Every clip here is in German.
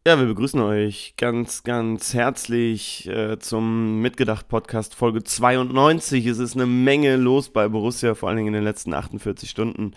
Ja, wir begrüßen euch ganz, ganz herzlich zum Mitgedacht-Podcast Folge 92. Es ist eine Menge los bei Borussia, vor allen Dingen in den letzten 48 Stunden.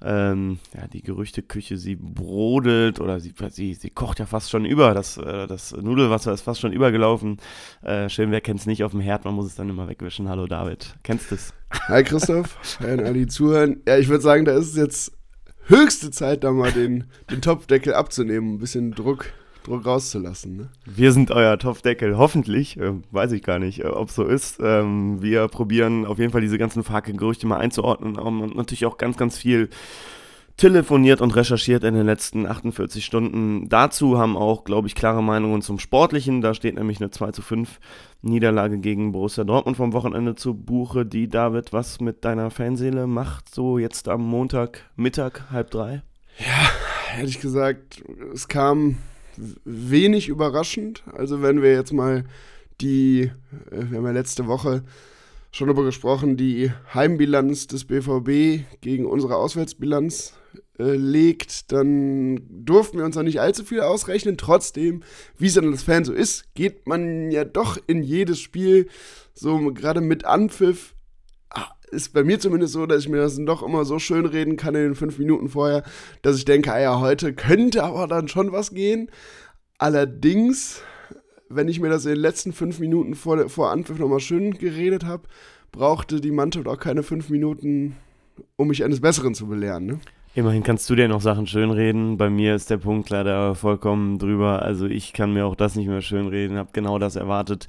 Ja, die Gerüchteküche, sie brodelt oder sie kocht ja fast schon über. Das Nudelwasser ist fast schon übergelaufen. Schön, wer kennt es nicht auf dem Herd, man muss es dann immer wegwischen. Hallo David, kennst du es? Hi Christoph, hi an alle, die zuhören. Ja, ich würde sagen, da ist es jetzt höchste Zeit, da mal den Topfdeckel abzunehmen, ein bisschen Druck rauszulassen. Ne? Wir sind euer Topfdeckel, hoffentlich, weiß ich gar nicht, ob es so ist. Wir probieren auf jeden Fall diese ganzen Gerüchte mal einzuordnen und natürlich auch ganz, ganz viel telefoniert und recherchiert in den letzten 48 Stunden. Dazu haben auch, glaube ich, klare Meinungen zum Sportlichen. Da steht nämlich eine 2:5 Niederlage gegen Borussia Dortmund vom Wochenende zu Buche, die, David, was mit deiner Fanseele macht, so jetzt am Montag, Mittag, 2:30? Ja, ehrlich gesagt, es kam wenig überraschend. Also wenn wir jetzt mal wir haben ja letzte Woche schon darüber gesprochen, die Heimbilanz des BVB gegen unsere Auswärtsbilanz legt, dann durften wir uns noch nicht allzu viel ausrechnen. Trotzdem, wie es dann als Fan so ist, geht man ja doch in jedes Spiel, so gerade mit Anpfiff, ist bei mir zumindest so, dass ich mir das doch immer so schön reden kann in den 5 Minuten vorher, dass ich denke, ja, heute könnte aber dann schon was gehen. Allerdings, wenn ich mir das in den letzten 5 Minuten vor Anpfiff nochmal schön geredet habe, brauchte die Mannschaft auch keine 5 Minuten, um mich eines Besseren zu belehren, ne? Immerhin kannst du dir noch Sachen schönreden. Bei mir ist der Punkt leider vollkommen drüber. Also ich kann mir auch das nicht mehr schönreden. Habe genau das erwartet.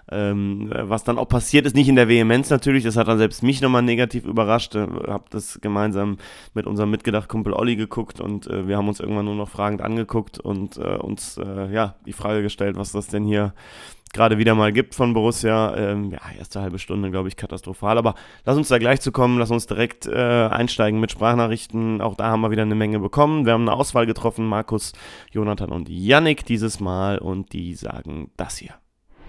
Was dann auch passiert ist, nicht in der Vehemenz natürlich. Das hat dann selbst mich nochmal negativ überrascht. Habe das gemeinsam mit unserem Mitgedacht-Kumpel Olli geguckt und wir haben uns irgendwann nur noch fragend angeguckt und uns die Frage gestellt, was das denn hier gerade wieder mal gibt von Borussia. Erste halbe Stunde, glaube ich, katastrophal. Aber lass uns da gleich zu kommen. Lass uns direkt einsteigen mit Sprachnachrichten. Auch da haben wir wieder eine Menge bekommen. Wir haben eine Auswahl getroffen. Markus, Jonathan und Yannick dieses Mal. Und die sagen das hier.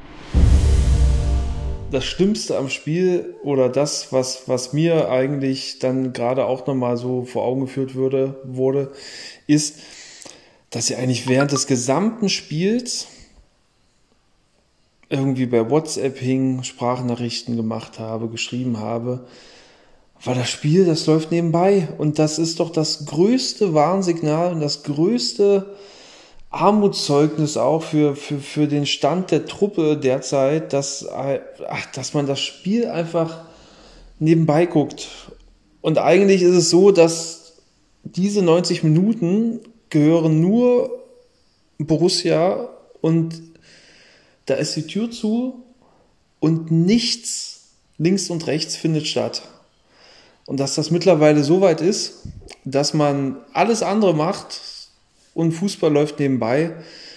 Das Schlimmste am Spiel oder das, was mir eigentlich dann gerade auch nochmal so vor Augen geführt wurde, ist, dass ich eigentlich während des gesamten Spiels irgendwie bei WhatsApp hing, Sprachnachrichten gemacht habe, geschrieben habe, weil das Spiel, das läuft nebenbei und das ist doch das größte Warnsignal und das größte Armutszeugnis auch für den Stand der Truppe derzeit, dass man das Spiel einfach nebenbei guckt. Und eigentlich ist es so, dass diese 90 Minuten gehören nur Borussia und da ist die Tür zu und nichts links und rechts findet statt. Und dass das mittlerweile so weit ist, dass man alles andere macht und Fußball läuft nebenbei,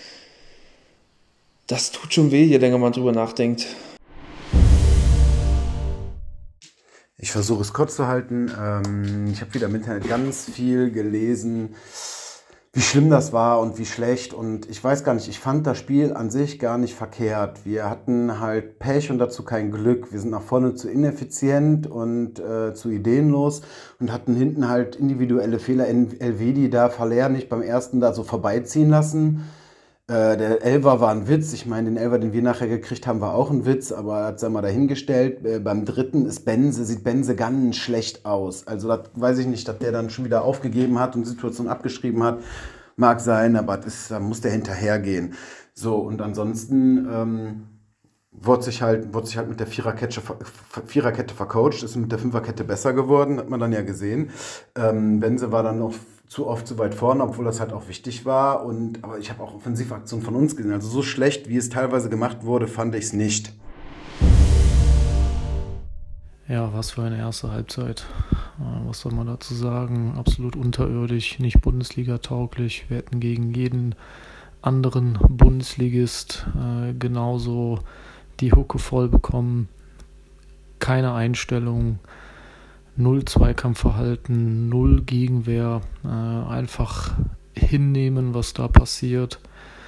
das tut schon weh, je länger man drüber nachdenkt. Ich versuche es kurz zu halten. Ich habe wieder im Internet ganz viel gelesen, wie schlimm das war und wie schlecht, und ich weiß gar nicht, ich fand das Spiel an sich gar nicht verkehrt. Wir hatten halt Pech und dazu kein Glück. Wir sind nach vorne zu ineffizient und zu ideenlos und hatten hinten halt individuelle Fehler. Elvedi da Haller nicht beim ersten da so vorbeiziehen lassen. Der Elfer war ein Witz. Ich meine, den Elfer, den wir nachher gekriegt haben, war auch ein Witz, aber hat es mal dahingestellt. Beim dritten sieht Benze ganz schlecht aus. Also das weiß ich nicht, dass der dann schon wieder aufgegeben hat und die Situation abgeschrieben hat. Mag sein, aber da muss der hinterhergehen. So, und ansonsten wurde sich halt mit der Viererkette vercoacht, ist mit der Fünferkette besser geworden, hat man dann ja gesehen. Benze war dann noch zu oft zu weit vorne, obwohl das halt auch wichtig war. Aber ich habe auch Offensivaktionen von uns gesehen. Also so schlecht, wie es teilweise gemacht wurde, fand ich es nicht. Ja, was für eine erste Halbzeit. Was soll man dazu sagen? Absolut unterirdisch, nicht Bundesliga-tauglich. Wir hätten gegen jeden anderen Bundesligist genauso die Hucke voll bekommen. Keine Einstellung. Null Zweikampfverhalten, null Gegenwehr, einfach hinnehmen, was da passiert.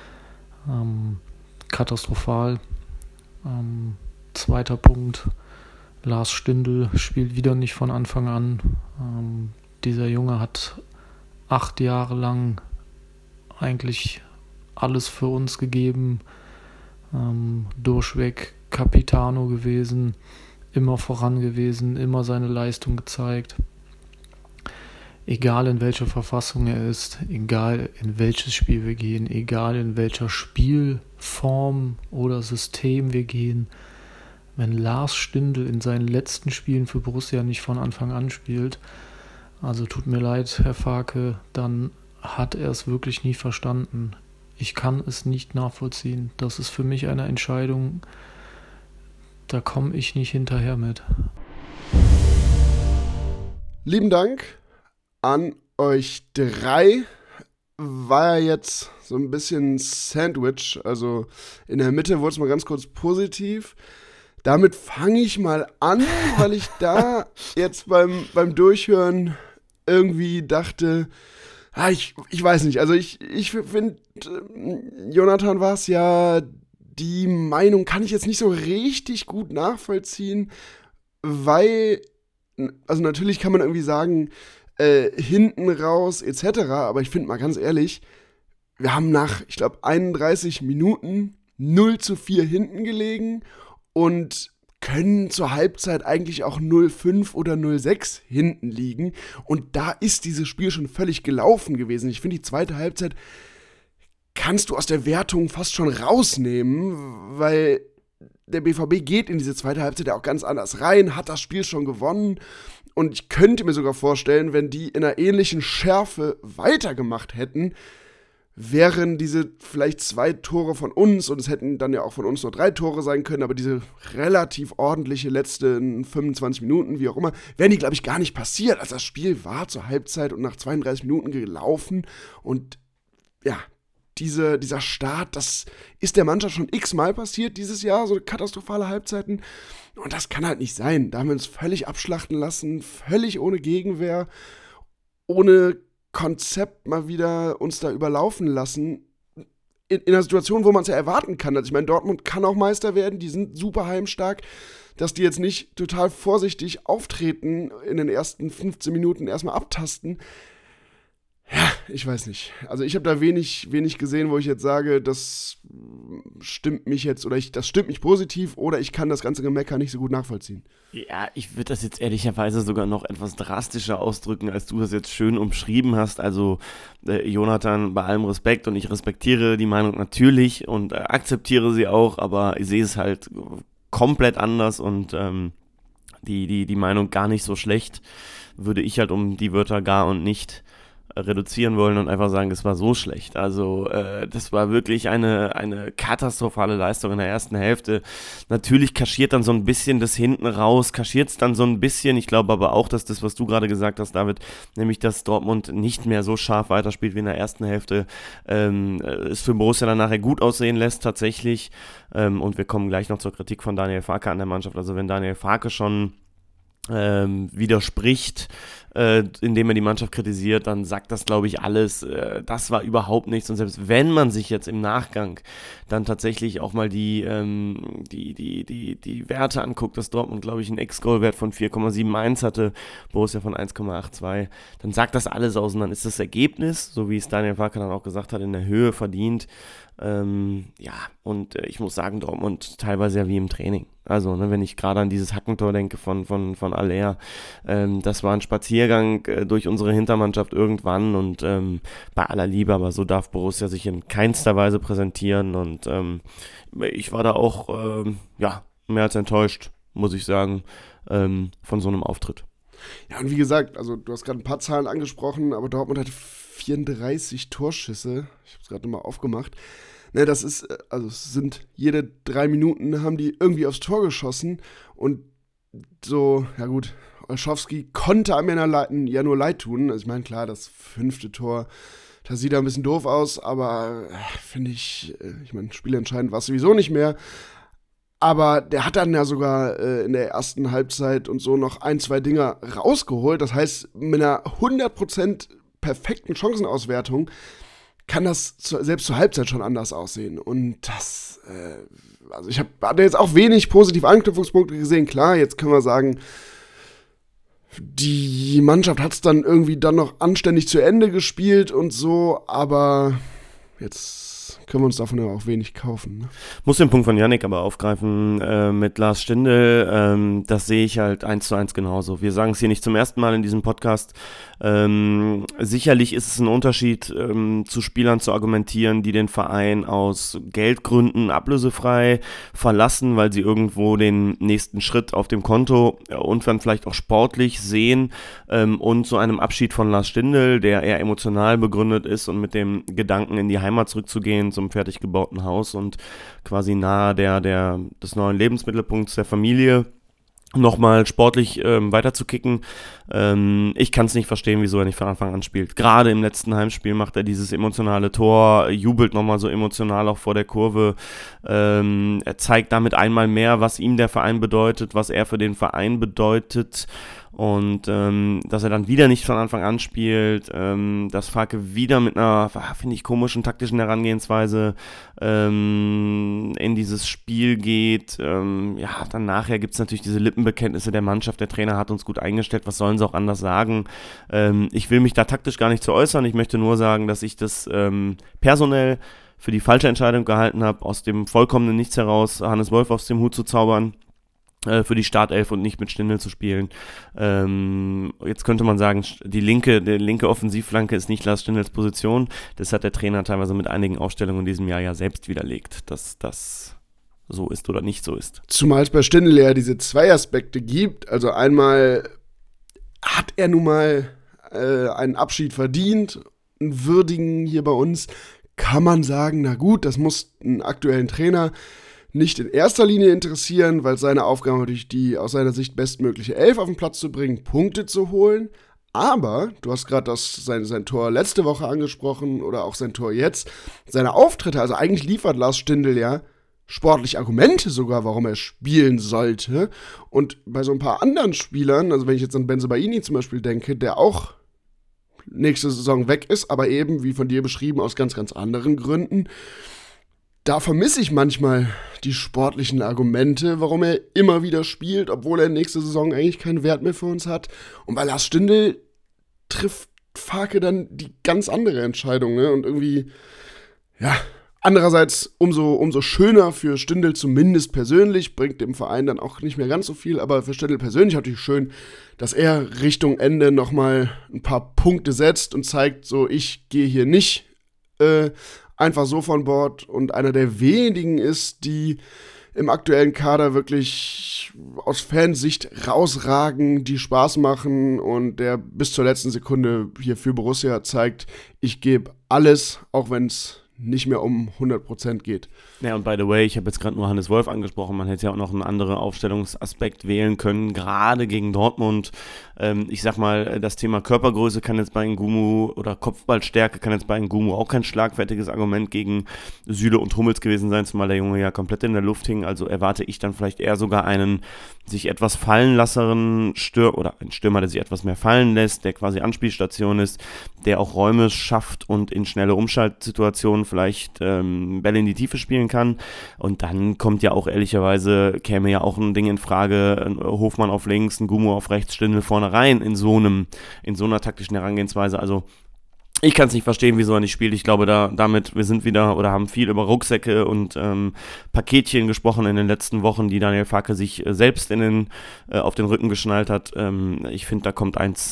Katastrophal. Zweiter Punkt, Lars Stindl spielt wieder nicht von Anfang an. Dieser Junge hat 8 Jahre lang eigentlich alles für uns gegeben, durchweg Capitano gewesen, immer voran gewesen, immer seine Leistung gezeigt. Egal in welcher Verfassung er ist, egal in welches Spiel wir gehen, egal in welcher Spielform oder System wir gehen, wenn Lars Stindl in seinen letzten Spielen für Borussia nicht von Anfang an spielt, also tut mir leid, Herr Farke, dann hat er es wirklich nie verstanden. Ich kann es nicht nachvollziehen. Das ist für mich eine Entscheidung, da komme ich nicht hinterher mit. Lieben Dank an euch 3. War ja jetzt so ein bisschen Sandwich, also in der Mitte wurde es mal ganz kurz positiv. Damit fange ich mal an, weil ich da jetzt beim Durchhören irgendwie dachte, ich weiß nicht, also ich finde, Jonathan war es ja, die Meinung kann ich jetzt nicht so richtig gut nachvollziehen, weil, also natürlich kann man irgendwie sagen, hinten raus etc., aber ich finde mal ganz ehrlich, wir haben nach, ich glaube, 31 Minuten 0:4 hinten gelegen und können zur Halbzeit eigentlich auch 0:5 oder 0:6 hinten liegen. Und da ist dieses Spiel schon völlig gelaufen gewesen. Ich finde, die zweite Halbzeit kannst du aus der Wertung fast schon rausnehmen, weil der BVB geht in diese zweite Halbzeit ja auch ganz anders rein, hat das Spiel schon gewonnen. Und ich könnte mir sogar vorstellen, wenn die in einer ähnlichen Schärfe weitergemacht hätten, wären diese vielleicht 2 Tore von uns, und es hätten dann ja auch von uns nur 3 Tore sein können, aber diese relativ ordentliche letzten 25 Minuten, wie auch immer, wären die, glaube ich, gar nicht passiert. Also das Spiel war zur Halbzeit und nach 32 Minuten gelaufen und ja, dieser Start, das ist der Mannschaft schon x-mal passiert dieses Jahr, so katastrophale Halbzeiten. Und das kann halt nicht sein. Da haben wir uns völlig abschlachten lassen, völlig ohne Gegenwehr, ohne Konzept mal wieder uns da überlaufen lassen. In einer Situation, wo man es ja erwarten kann. Also ich meine, Dortmund kann auch Meister werden, die sind super heimstark, dass die jetzt nicht total vorsichtig auftreten, in den ersten 15 Minuten erstmal abtasten. Ja, ich weiß nicht. Also ich habe da wenig gesehen, wo ich jetzt sage, das stimmt mich jetzt, oder das stimmt mich positiv, oder ich kann das ganze Gemecker nicht so gut nachvollziehen. Ja, ich würde das jetzt ehrlicherweise sogar noch etwas drastischer ausdrücken, als du das jetzt schön umschrieben hast. Also Jonathan, bei allem Respekt, und ich respektiere die Meinung natürlich und akzeptiere sie auch, aber ich sehe es halt komplett anders und die Meinung gar nicht so schlecht, würde ich halt um die Wörter gar und nicht reduzieren wollen und einfach sagen, es war so schlecht. Also das war wirklich eine katastrophale Leistung in der ersten Hälfte. Natürlich kaschiert dann so ein bisschen das hinten raus, kaschiert es dann so ein bisschen. Ich glaube aber auch, dass das, was du gerade gesagt hast, David, nämlich, dass Dortmund nicht mehr so scharf weiterspielt wie in der ersten Hälfte, es für Borussia dann nachher gut aussehen lässt tatsächlich. Und wir kommen gleich noch zur Kritik von Daniel Farke an der Mannschaft. Also wenn Daniel Farke schon widerspricht, indem er die Mannschaft kritisiert, dann sagt das, glaube ich, alles. Das war überhaupt nichts. Und selbst wenn man sich jetzt im Nachgang dann tatsächlich auch mal die Werte anguckt, dass Dortmund, glaube ich, einen Ex-Goal-Wert von 4,71 hatte, Borussia von 1,82, dann sagt das alles aus. Und dann ist das Ergebnis, so wie es Daniel Farke dann auch gesagt hat, in der Höhe verdient. Ich muss sagen, Dortmund teilweise ja wie im Training. Also, ne, wenn ich gerade an dieses Hackentor denke von Aller, das war ein Spaziergang durch unsere Hintermannschaft irgendwann und bei aller Liebe, aber so darf Borussia sich in keinster Weise präsentieren und ich war da auch mehr als enttäuscht, muss ich sagen, von so einem Auftritt. Ja, und wie gesagt, also du hast gerade ein paar Zahlen angesprochen, aber Dortmund hat 34 Torschüsse. Ich habe es gerade nochmal aufgemacht. Ne, das ist, also es sind jede 3 Minuten haben die irgendwie aufs Tor geschossen und so, ja gut, Olschowski konnte einem ja nur leid tun. Also ich meine, klar, das 5. Tor, das sieht da ein bisschen doof aus, aber finde ich meine, spielentscheidend war es sowieso nicht mehr. Aber der hat dann ja sogar in der ersten Halbzeit und so noch 1, 2 Dinger rausgeholt. Das heißt, mit einer 100% perfekten Chancenauswertung kann das selbst zur Halbzeit schon anders aussehen. Und das, also ich hatte jetzt auch wenig positive Anknüpfungspunkte gesehen. Klar, jetzt können wir sagen, die Mannschaft hat es dann irgendwie dann noch anständig zu Ende gespielt und so, aber jetzt können wir uns davon ja auch wenig kaufen. Ne? Muss den Punkt von Yannick aber aufgreifen mit Lars Stindl. Das sehe ich halt 1:1 genauso. Wir sagen es hier nicht zum ersten Mal in diesem Podcast. Sicherlich ist es ein Unterschied, zu Spielern zu argumentieren, die den Verein aus Geldgründen ablösefrei verlassen, weil sie irgendwo den nächsten Schritt auf dem Konto und dann vielleicht auch sportlich sehen, und so einem Abschied von Lars Stindl, der eher emotional begründet ist und mit dem Gedanken in die Heimat zurückzugehen, zum fertig gebauten Haus und quasi nahe des neuen Lebensmittelpunkts der Familie nochmal sportlich weiter zu kicken. Ich kann es nicht verstehen, wieso er nicht von Anfang an spielt. Gerade im letzten Heimspiel macht er dieses emotionale Tor, jubelt nochmal so emotional auch vor der Kurve. Er zeigt damit einmal mehr, was ihm der Verein bedeutet, was er für den Verein bedeutet. Und dass er dann wieder nicht von Anfang an spielt, dass Farke wieder mit einer, finde ich, komischen taktischen Herangehensweise in dieses Spiel geht. Dann nachher gibt es natürlich diese Lippenbekenntnisse der Mannschaft, der Trainer hat uns gut eingestellt, was sollen sie auch anders sagen. Ich will mich da taktisch gar nicht zu äußern, ich möchte nur sagen, dass ich das personell für die falsche Entscheidung gehalten habe, aus dem vollkommenen Nichts heraus Hannes Wolf aus dem Hut zu zaubern, für die Startelf und nicht mit Stindl zu spielen. Jetzt könnte man sagen, die linke Offensivflanke ist nicht Lars Stindls Position. Das hat der Trainer teilweise mit einigen Aufstellungen in diesem Jahr ja selbst widerlegt, dass das so ist oder nicht so ist. Zumal es bei Stindl ja diese zwei Aspekte gibt. Also einmal hat er nun mal einen Abschied verdient, einen würdigen hier bei uns. Kann man sagen, na gut, das muss einen aktuellen Trainer nicht in erster Linie interessieren, weil seine Aufgabe natürlich die aus seiner Sicht bestmögliche Elf auf den Platz zu bringen, Punkte zu holen. Aber, du hast gerade sein Tor letzte Woche angesprochen oder auch sein Tor jetzt, seine Auftritte, also eigentlich liefert Lars Stindl ja sportlich Argumente sogar, warum er spielen sollte. Und bei so ein paar anderen Spielern, also wenn ich jetzt an Bensebaini zum Beispiel denke, der auch nächste Saison weg ist, aber eben, wie von dir beschrieben, aus ganz, ganz anderen Gründen, da vermisse ich manchmal die sportlichen Argumente, warum er immer wieder spielt, obwohl er nächste Saison eigentlich keinen Wert mehr für uns hat. Und bei Lars Stindl trifft Farke dann die ganz andere Entscheidung, ne? Und irgendwie, ja, andererseits umso schöner für Stindl zumindest persönlich, bringt dem Verein dann auch nicht mehr ganz so viel, aber für Stindl persönlich natürlich schön, dass er Richtung Ende nochmal ein paar Punkte setzt und zeigt, so, ich gehe hier nicht einfach so von Bord und einer der wenigen ist, die im aktuellen Kader wirklich aus Fansicht rausragen, die Spaß machen und der bis zur letzten Sekunde hier für Borussia zeigt, ich gebe alles, auch wenn es nicht mehr um 100% geht. Ja, und by the way, ich habe jetzt gerade nur Hannes Wolf angesprochen, man hätte ja auch noch einen anderen Aufstellungsaspekt wählen können, gerade gegen Dortmund. Ich sag mal, das Thema Körpergröße kann jetzt bei Ngumu oder Kopfballstärke kann jetzt bei Ngumu auch kein schlagfertiges Argument gegen Süle und Hummels gewesen sein, zumal der Junge ja komplett in der Luft hing, also erwarte ich dann vielleicht eher sogar einen sich etwas fallen lasseren oder einen Stürmer, der sich etwas mehr fallen lässt, der quasi Anspielstation ist, der auch Räume schafft und in schnelle Umschaltsituationen vielleicht Bälle in die Tiefe spielen kann. Und dann kommt ja auch ehrlicherweise, käme ja auch ein Ding in Frage, Hofmann auf links, ein Ngumu auf rechts, Stindl vorne rein in so einer taktischen Herangehensweise. Also ich kann es nicht verstehen, wieso er nicht spielt. Ich glaube, wir sind wieder oder haben viel über Rucksäcke und Paketchen gesprochen in den letzten Wochen, die Daniel Farke sich selbst auf den Rücken geschnallt hat. Ich finde, da kommt ein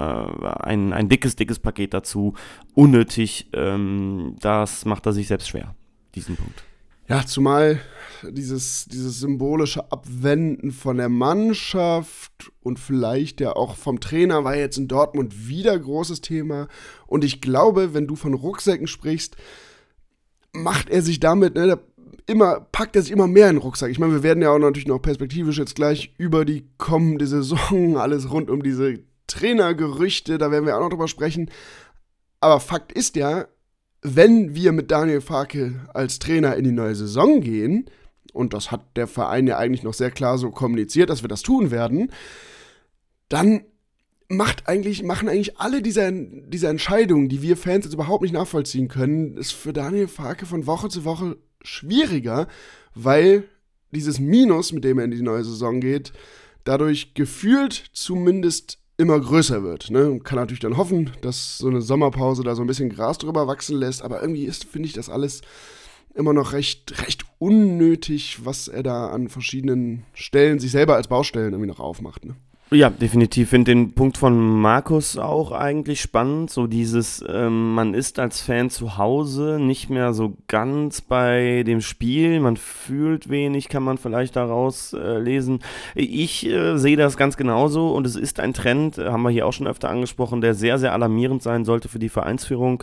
dickes Paket dazu. Unnötig. Das macht er sich selbst schwer, diesen Punkt. Ja, zumal dieses symbolische Abwenden von der Mannschaft und vielleicht ja auch vom Trainer war jetzt in Dortmund wieder großes Thema. Und ich glaube, wenn du von Rucksäcken sprichst, macht er sich damit, packt er sich immer mehr in den Rucksack. Ich meine, wir werden ja auch natürlich noch perspektivisch jetzt gleich über die kommende Saison, alles rund um diese Trainergerüchte, da werden wir auch noch drüber sprechen. Aber Fakt ist ja, wenn wir mit Daniel Farke als Trainer in die neue Saison gehen, und das hat der Verein ja eigentlich noch sehr klar so kommuniziert, dass wir das tun werden, dann machen eigentlich alle diese Entscheidungen, die wir Fans jetzt überhaupt nicht nachvollziehen können, ist für Daniel Farke von Woche zu Woche schwieriger, weil dieses Minus, mit dem er in die neue Saison geht, dadurch gefühlt zumindest immer größer wird. Ne? Man kann natürlich dann hoffen, dass so eine Sommerpause da so ein bisschen Gras drüber wachsen lässt, aber irgendwie finde ich das alles immer noch recht unnötig, was er da an verschiedenen Stellen sich selber als Baustellen irgendwie noch aufmacht. Ne? Ja, definitiv. Finde den Punkt von Markus auch eigentlich spannend. So dieses, man ist als Fan zu Hause nicht mehr so ganz bei dem Spiel. Man fühlt wenig, kann man vielleicht daraus lesen. Ich sehe das ganz genauso und es ist ein Trend, haben wir hier auch schon öfter angesprochen, der sehr, sehr alarmierend sein sollte für die Vereinsführung.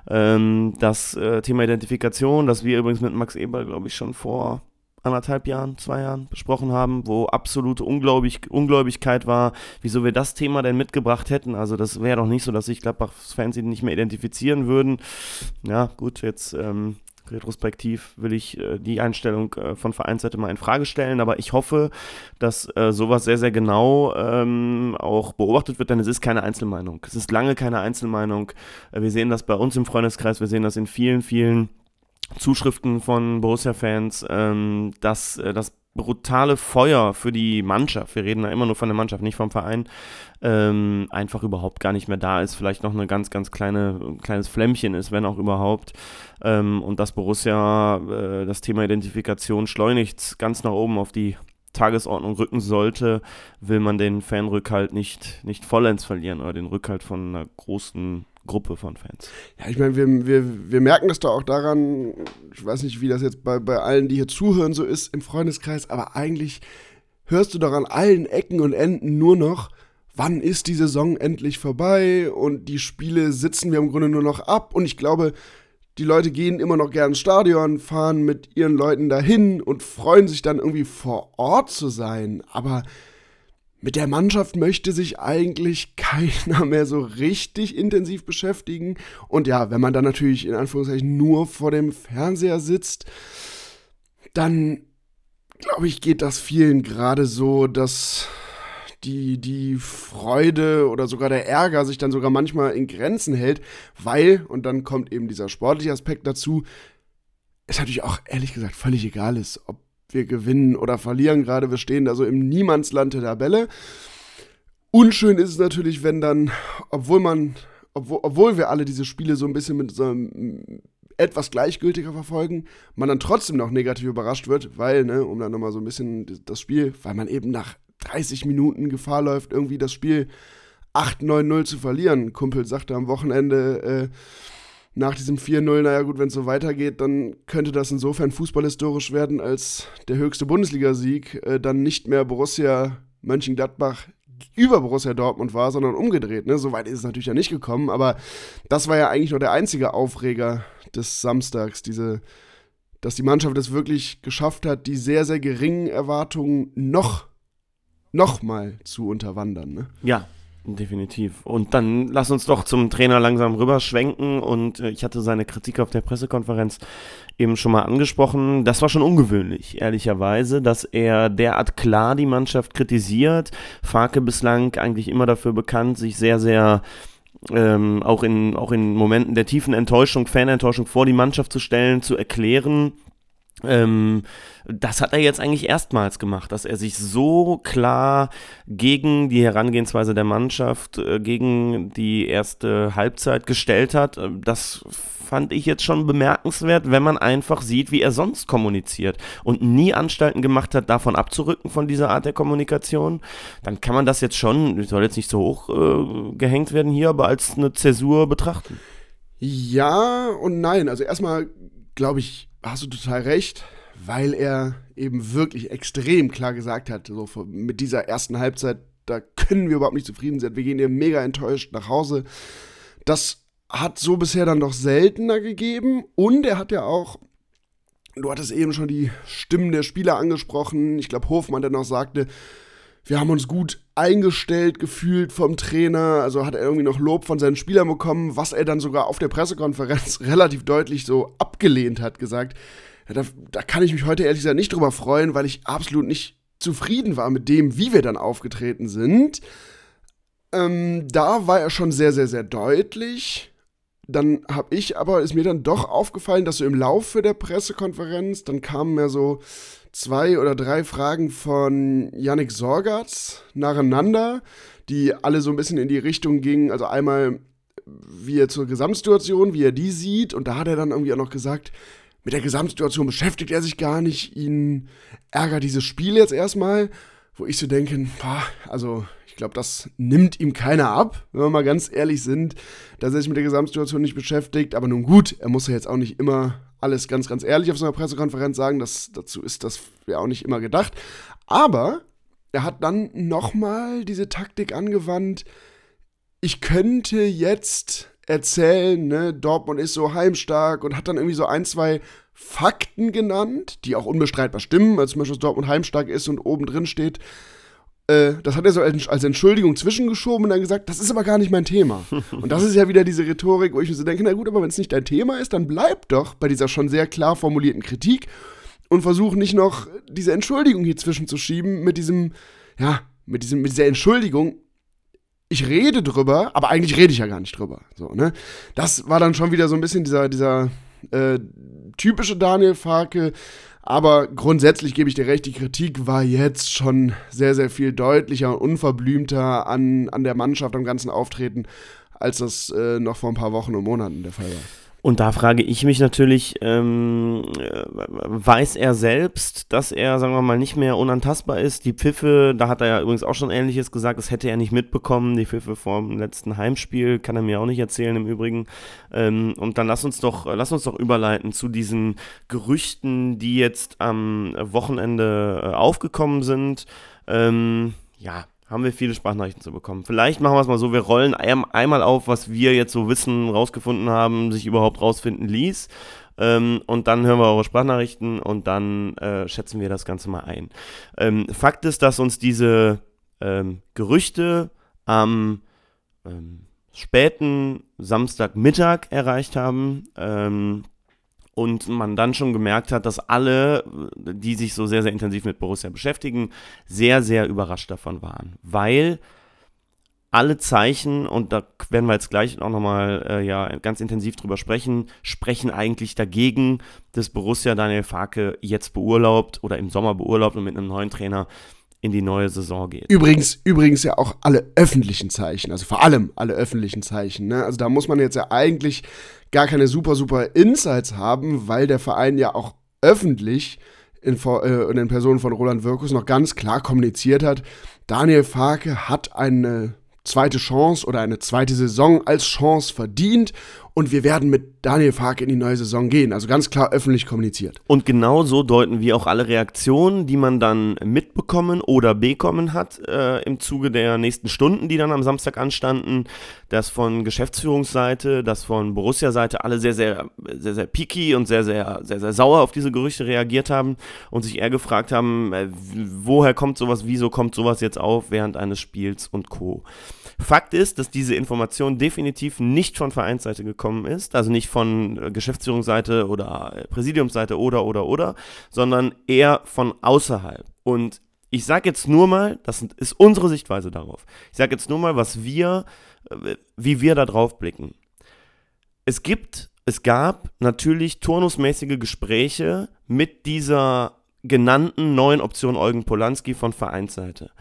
Das Thema Identifikation, das wir übrigens mit Max Eberl, glaube ich, schon vor 2 Jahren besprochen haben, wo absolute Ungläubigkeit war, wieso wir das Thema denn mitgebracht hätten. Also das wäre doch nicht so, dass sich Gladbach-Fans ihn nicht mehr identifizieren würden. Ja, gut, jetzt retrospektiv will ich die Einstellung von Vereinsseite mal in Frage stellen, aber ich hoffe, dass sowas sehr, sehr genau auch beobachtet wird, denn es ist keine Einzelmeinung. Es ist lange keine Einzelmeinung. Wir sehen das bei uns im Freundeskreis, wir sehen das in vielen, vielen Zuschriften von Borussia-Fans, dass das brutale Feuer für die Mannschaft, wir reden da immer nur von der Mannschaft, nicht vom Verein, einfach überhaupt gar nicht mehr da ist, vielleicht noch eine ganz, ganz kleines Flämmchen ist, wenn auch überhaupt, und dass Borussia das Thema Identifikation schleunigst ganz nach oben auf die Tagesordnung rücken sollte, will man den Fanrückhalt nicht vollends verlieren oder den Rückhalt von einer großen Gruppe von Fans. Ja, ich meine, wir merken das doch auch daran, ich weiß nicht, wie das jetzt bei allen, die hier zuhören, so ist im Freundeskreis, aber eigentlich hörst du doch an allen Ecken und Enden nur noch, wann ist die Saison endlich vorbei und die Spiele sitzen wir im Grunde nur noch ab und ich glaube, die Leute gehen immer noch gern ins Stadion, fahren mit ihren Leuten dahin und freuen sich dann irgendwie vor Ort zu sein, aber mit der Mannschaft möchte sich eigentlich keiner mehr so richtig intensiv beschäftigen. Und ja, wenn man dann natürlich in Anführungszeichen nur vor dem Fernseher sitzt, dann, glaube ich, geht das vielen gerade so, dass die Freude oder sogar der Ärger sich dann sogar manchmal in Grenzen hält, weil, und dann kommt eben dieser sportliche Aspekt dazu, es natürlich auch ehrlich gesagt völlig egal ist, ob wir gewinnen oder verlieren gerade, wir stehen da so im Niemandsland der Tabelle. Unschön ist es natürlich, wenn dann, obwohl wir alle diese Spiele so ein bisschen mit so einem etwas gleichgültiger verfolgen, man dann trotzdem noch negativ überrascht wird, weil, ne, um dann nochmal so ein bisschen das Spiel, weil man eben nach 30 Minuten Gefahr läuft, irgendwie das Spiel 8-9-0 zu verlieren. Ein Kumpel sagte am Wochenende, nach diesem 4-0, naja gut, wenn es so weitergeht, dann könnte das insofern fußballhistorisch werden, als der höchste Bundesligasieg dann nicht mehr Borussia Mönchengladbach über Borussia Dortmund war, sondern umgedreht. Ne? So weit ist es natürlich ja nicht gekommen, aber das war ja eigentlich nur der einzige Aufreger des Samstags, dass die Mannschaft es wirklich geschafft hat, die sehr, sehr geringen Erwartungen noch mal zu unterwandern. Ne? Ja, definitiv. Und dann lass uns doch zum Trainer langsam rüberschwenken und ich hatte seine Kritik auf der Pressekonferenz eben schon mal angesprochen. Das war schon ungewöhnlich, ehrlicherweise, dass er derart klar die Mannschaft kritisiert. Farke bislang eigentlich immer dafür bekannt, sich sehr, sehr auch in Momenten der tiefen Enttäuschung, Fanenttäuschung vor die Mannschaft zu stellen, zu erklären. Das hat er jetzt eigentlich erstmals gemacht, dass er sich so klar gegen die Herangehensweise der Mannschaft, gegen die erste Halbzeit gestellt hat. Das fand ich jetzt schon bemerkenswert, wenn man einfach sieht, wie er sonst kommuniziert und nie Anstalten gemacht hat, davon abzurücken, von dieser Art der Kommunikation. Dann kann man das jetzt schon, soll jetzt nicht so hoch gehängt werden hier, aber als eine Zäsur betrachten. Ja und nein. Also erstmal, glaube ich, hast du total recht, weil er eben wirklich extrem klar gesagt hat, so mit dieser ersten Halbzeit, da können wir überhaupt nicht zufrieden sein, wir gehen hier mega enttäuscht nach Hause. Das hat so bisher dann doch seltener gegeben und er hat ja auch, du hattest eben schon die Stimmen der Spieler angesprochen, ich glaube Hofmann, der noch sagte, wir haben uns gut eingestellt gefühlt vom Trainer, also hat er irgendwie noch Lob von seinen Spielern bekommen, was er dann sogar auf der Pressekonferenz relativ deutlich so abgelehnt hat, gesagt, ja, da kann ich mich heute ehrlich gesagt nicht drüber freuen, weil ich absolut nicht zufrieden war mit dem, wie wir dann aufgetreten sind. Da war er schon sehr, sehr, sehr deutlich. Dann ist mir dann doch aufgefallen, dass so im Laufe der Pressekonferenz, dann kamen ja so 2 oder 3 Fragen von Yannick Sorgatz nacheinander, die alle so ein bisschen in die Richtung gingen. Also einmal, wie er zur Gesamtsituation, wie er die sieht. Und da hat er dann irgendwie auch noch gesagt, mit der Gesamtsituation beschäftigt er sich gar nicht. Ihn ärgert dieses Spiel jetzt erstmal. Wo ich so denke, also ich glaube, das nimmt ihm keiner ab, wenn wir mal ganz ehrlich sind, dass er sich mit der Gesamtsituation nicht beschäftigt. Aber nun gut, er muss ja jetzt auch nicht immer alles ganz, ganz ehrlich auf so einer Pressekonferenz sagen. Dazu ist das ja auch nicht immer gedacht. Aber er hat dann nochmal diese Taktik angewandt. Ich könnte jetzt erzählen, ne, Dortmund ist so heimstark und hat dann irgendwie so 1, 2 Fakten genannt, die auch unbestreitbar stimmen, als zum Beispiel, dass Dortmund heimstark ist und oben drin steht. Das hat er so als Entschuldigung zwischengeschoben und dann gesagt, das ist aber gar nicht mein Thema. Und das ist ja wieder diese Rhetorik, wo ich mir so denke, na gut, aber wenn es nicht dein Thema ist, dann bleib doch bei dieser schon sehr klar formulierten Kritik und versuch nicht noch diese Entschuldigung hier zwischenzuschieben mit dieser Entschuldigung. Ich rede drüber, aber eigentlich rede ich ja gar nicht drüber. So, ne? Das war dann schon wieder so ein bisschen dieser typische Daniel Farke. Aber grundsätzlich gebe ich dir recht, die Kritik war jetzt schon sehr, sehr viel deutlicher und unverblümter an der Mannschaft, am ganzen Auftreten, als das noch vor ein paar Wochen und Monaten der Fall war. Und da frage ich mich natürlich, weiß er selbst, dass er, sagen wir mal, nicht mehr unantastbar ist? Die Pfiffe, da hat er ja übrigens auch schon Ähnliches gesagt, das hätte er nicht mitbekommen, die Pfiffe vom letzten Heimspiel, kann er mir auch nicht erzählen im Übrigen. Und dann lass uns doch überleiten zu diesen Gerüchten, die jetzt am Wochenende aufgekommen sind. Haben wir viele Sprachnachrichten zu bekommen. Vielleicht machen wir es mal so, wir rollen einmal auf, was wir jetzt so wissen, rausgefunden haben, sich überhaupt rausfinden ließ. Und dann hören wir eure Sprachnachrichten und dann schätzen wir das Ganze mal ein. Fakt ist, dass uns diese Gerüchte am späten Samstagmittag erreicht haben. Und man dann schon gemerkt hat, dass alle, die sich so sehr, sehr intensiv mit Borussia beschäftigen, sehr, sehr überrascht davon waren. Weil alle Zeichen, und da werden wir jetzt gleich auch nochmal ganz intensiv drüber sprechen eigentlich dagegen, dass Borussia Daniel Farke jetzt beurlaubt oder im Sommer beurlaubt und mit einem neuen Trainer in die neue Saison geht. Übrigens ja auch alle öffentlichen Zeichen, also vor allem alle öffentlichen Zeichen. Ne? Also da muss man jetzt ja eigentlich gar keine super Insights haben, weil der Verein ja auch öffentlich in den Personen von Roland Wirkus noch ganz klar kommuniziert hat, Daniel Farke hat eine zweite Chance oder eine zweite Saison als Chance verdient und wir werden mit Daniel Farke in die neue Saison gehen. Also ganz klar öffentlich kommuniziert. Und genau so deuten wir auch alle Reaktionen, die man dann mitbekommen oder bekommen hat im Zuge der nächsten Stunden, die dann am Samstag anstanden. Das von Geschäftsführungsseite, das von Borussia-Seite alle sehr, sehr, sehr, sehr picky und sehr, sehr, sehr, sehr sauer auf diese Gerüchte reagiert haben und sich eher gefragt haben, woher kommt sowas, wieso kommt sowas jetzt auf während eines Spiels und Co. Fakt ist, dass diese Information definitiv nicht von Vereinsseite gekommen ist, also nicht von Geschäftsführungsseite oder Präsidiumsseite oder, sondern eher von außerhalb. Und ich sage jetzt nur mal, das ist unsere Sichtweise darauf, ich sage jetzt nur mal, wie wir da drauf blicken. Es gab natürlich turnusmäßige Gespräche mit dieser genannten neuen Option Eugen Polanski von Vereinsseite.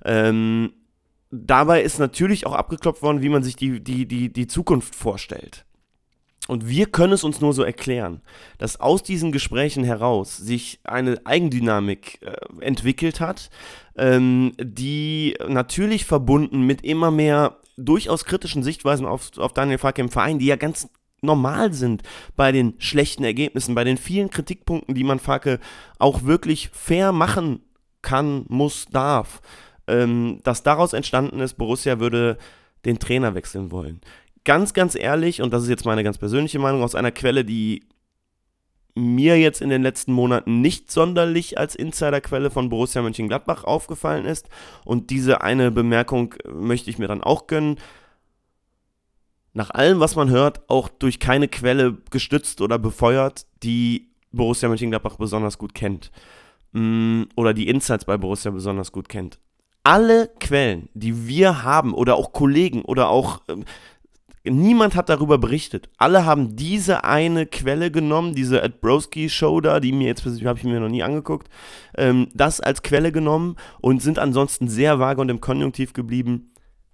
Dabei ist natürlich auch abgeklopft worden, wie man sich die Zukunft vorstellt. Und wir können es uns nur so erklären, dass aus diesen Gesprächen heraus sich eine Eigendynamik entwickelt hat, die natürlich verbunden mit immer mehr durchaus kritischen Sichtweisen auf Daniel Farke im Verein, die ja ganz normal sind bei den schlechten Ergebnissen, bei den vielen Kritikpunkten, die man Farke auch wirklich fair machen kann, muss, darf, dass daraus entstanden ist, Borussia würde den Trainer wechseln wollen. Ganz, ganz ehrlich, und das ist jetzt meine ganz persönliche Meinung, aus einer Quelle, die mir jetzt in den letzten Monaten nicht sonderlich als Insiderquelle von Borussia Mönchengladbach aufgefallen ist, und diese eine Bemerkung möchte ich mir dann auch gönnen, nach allem, was man hört, auch durch keine Quelle gestützt oder befeuert, die Borussia Mönchengladbach besonders gut kennt. Oder die Insights bei Borussia besonders gut kennt. Alle Quellen, die wir haben, oder auch Kollegen, oder auch niemand hat darüber berichtet. Alle haben diese eine Quelle genommen, diese Ed Broski Show da, die mir jetzt persönlich, habe ich mir noch nie angeguckt, das als Quelle genommen und sind ansonsten sehr vage und im Konjunktiv geblieben.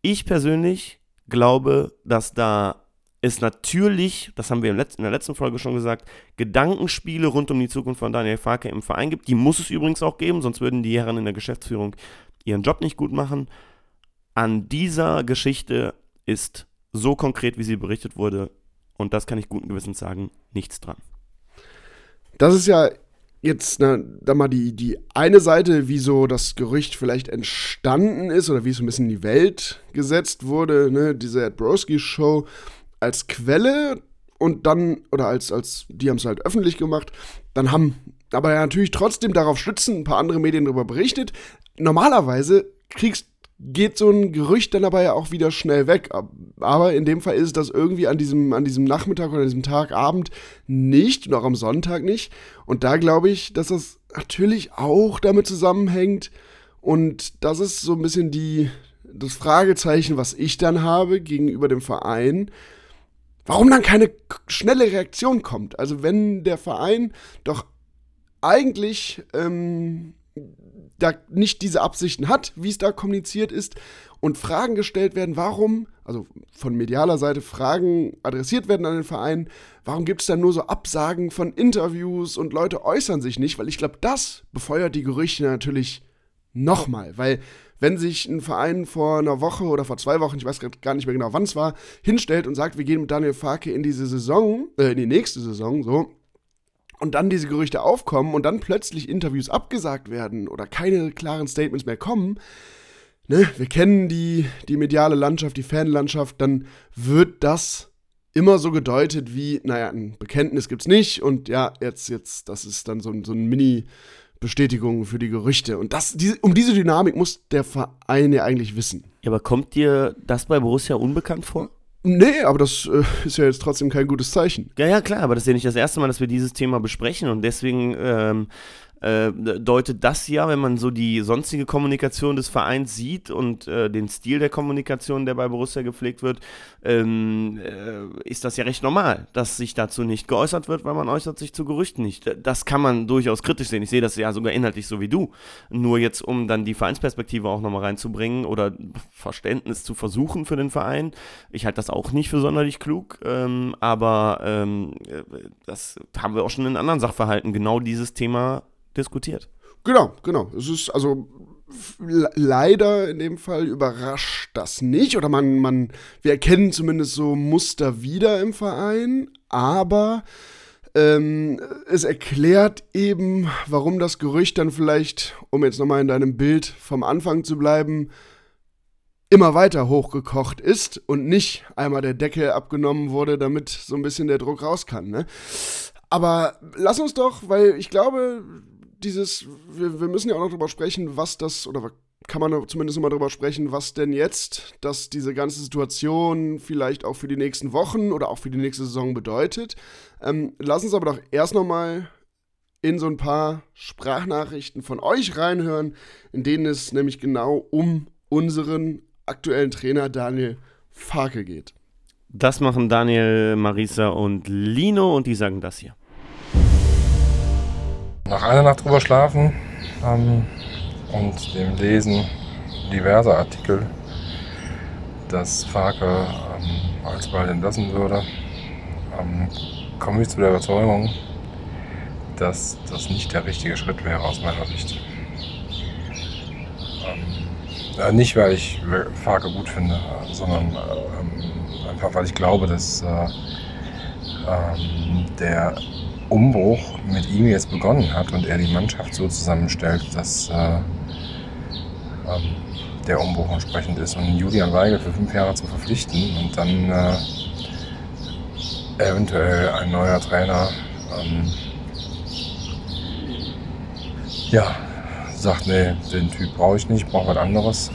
Ich persönlich glaube, dass da ist natürlich, das haben wir in der letzten Folge schon gesagt, Gedankenspiele rund um die Zukunft von Daniel Farke im Verein gibt. Die muss es übrigens auch geben, sonst würden die Herren in der Geschäftsführung ihren Job nicht gut machen. An dieser Geschichte ist so konkret, wie sie berichtet wurde, und das kann ich guten Gewissens sagen, nichts dran. Das ist ja jetzt da mal die eine Seite, wie so das Gerücht vielleicht entstanden ist oder wie es so ein bisschen in die Welt gesetzt wurde, ne? Diese Ed Broski-Show als Quelle und dann, oder als die haben es halt öffentlich gemacht, dann haben aber ja natürlich trotzdem darauf stützen ein paar andere Medien darüber berichtet. Normalerweise geht so ein Gerücht dann aber ja auch wieder schnell weg. Aber in dem Fall ist es das irgendwie an diesem Nachmittag oder an diesem Tagabend nicht und auch am Sonntag nicht. Und da glaube ich, dass das natürlich auch damit zusammenhängt. Und das ist so ein bisschen das Fragezeichen, was ich dann habe gegenüber dem Verein. Warum dann keine schnelle Reaktion kommt? Also wenn der Verein doch eigentlich da nicht diese Absichten hat, wie es da kommuniziert ist und Fragen gestellt werden, warum, also von medialer Seite Fragen adressiert werden an den Verein, warum gibt es dann nur so Absagen von Interviews und Leute äußern sich nicht? Weil ich glaube, das befeuert die Gerüchte natürlich nochmal, weil wenn sich ein Verein vor einer Woche oder vor 2 Wochen, ich weiß gar nicht mehr genau, wann es war, hinstellt und sagt, wir gehen mit Daniel Farke in diese Saison, in die nächste Saison, so, und dann diese Gerüchte aufkommen und dann plötzlich Interviews abgesagt werden oder keine klaren Statements mehr kommen, ne, wir kennen die mediale Landschaft, die Fanlandschaft, dann wird das immer so gedeutet wie, naja, ein Bekenntnis gibt's nicht und ja, jetzt, das ist dann so ein Mini-Bestätigung für die Gerüchte. Und um diese Dynamik muss der Verein ja eigentlich wissen. Ja, aber kommt dir das bei Borussia unbekannt vor? Nee, aber das ist ja jetzt trotzdem kein gutes Zeichen. Ja, klar, aber das ist ja nicht das erste Mal, dass wir dieses Thema besprechen und deswegen deutet das ja, wenn man so die sonstige Kommunikation des Vereins sieht und den Stil der Kommunikation, der bei Borussia gepflegt wird, ist das ja recht normal, dass sich dazu nicht geäußert wird, weil man äußert sich zu Gerüchten nicht. Das kann man durchaus kritisch sehen. Ich sehe das ja sogar inhaltlich so wie du. Nur jetzt, um dann die Vereinsperspektive auch nochmal reinzubringen oder Verständnis zu versuchen für den Verein. Ich halte das auch nicht für sonderlich klug, aber das haben wir auch schon in anderen Sachverhalten genau dieses Thema diskutiert. Genau. Es ist also leider in dem Fall überrascht das nicht oder wir erkennen zumindest so Muster wieder im Verein, aber es erklärt eben, warum das Gerücht dann vielleicht, um jetzt nochmal in deinem Bild vom Anfang zu bleiben, immer weiter hochgekocht ist und nicht einmal der Deckel abgenommen wurde, damit so ein bisschen der Druck raus kann, ne? Aber lass uns doch, weil ich glaube, wir müssen ja auch noch drüber sprechen, was das, oder kann man zumindest mal drüber sprechen, was denn jetzt, dass diese ganze Situation vielleicht auch für die nächsten Wochen oder auch für die nächste Saison bedeutet. Lass uns aber doch erst nochmal in so ein paar Sprachnachrichten von euch reinhören, in denen es nämlich genau um unseren aktuellen Trainer Daniel Farke geht. Das machen Daniel, Marisa und Lino und die sagen das hier. Nach einer Nacht drüber schlafen und dem Lesen diverser Artikel, dass Farke alsbald entlassen würde, komme ich zu der Überzeugung, dass das nicht der richtige Schritt wäre aus meiner Sicht. Nicht, weil ich Farke gut finde, sondern einfach, weil ich glaube, dass der Umbruch mit ihm jetzt begonnen hat und er die Mannschaft so zusammenstellt, dass der Umbruch entsprechend ist. Und Julian Weigl für 5 Jahre zu verpflichten und dann eventuell ein neuer Trainer sagt, nee, den Typ brauche ich nicht, brauche was anderes.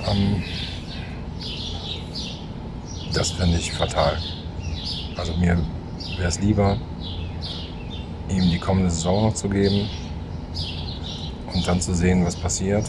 Das finde ich fatal. Also mir wäre es lieber, ihm die kommende Saison noch zu geben und dann zu sehen, was passiert.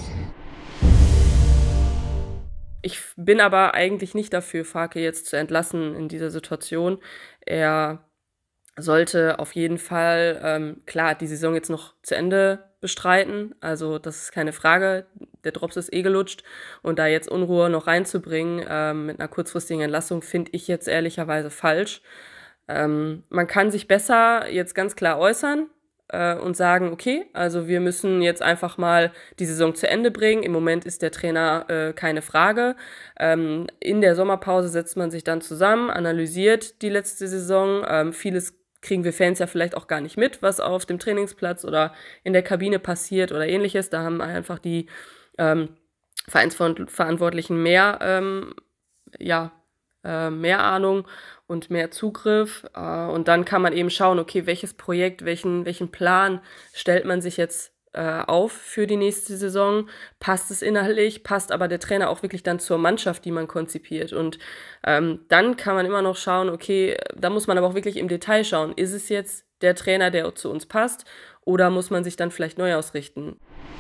Ich bin aber eigentlich nicht dafür, Farke jetzt zu entlassen in dieser Situation. Er sollte auf jeden Fall, klar, die Saison jetzt noch zu Ende bestreiten. Also das ist keine Frage. Der Drops ist gelutscht. Und da jetzt Unruhe noch reinzubringen mit einer kurzfristigen Entlassung, finde ich jetzt ehrlicherweise falsch. Man kann sich besser jetzt ganz klar äußern und sagen, okay, also wir müssen jetzt einfach mal die Saison zu Ende bringen. Im Moment ist der Trainer keine Frage. In der Sommerpause setzt man sich dann zusammen, analysiert die letzte Saison. Vieles kriegen wir Fans ja vielleicht auch gar nicht mit, was auf dem Trainingsplatz oder in der Kabine passiert oder ähnliches. Da haben einfach die Vereinsverantwortlichen mehr Ahnung und mehr Zugriff. Und dann kann man eben schauen, okay, welches Projekt, welchen Plan stellt man sich jetzt auf für die nächste Saison? Passt es inhaltlich? Passt aber der Trainer auch wirklich dann zur Mannschaft, die man konzipiert? Und dann kann man immer noch schauen, okay, da muss man aber auch wirklich im Detail schauen. Ist es jetzt der Trainer, der zu uns passt? Oder muss man sich dann vielleicht neu ausrichten?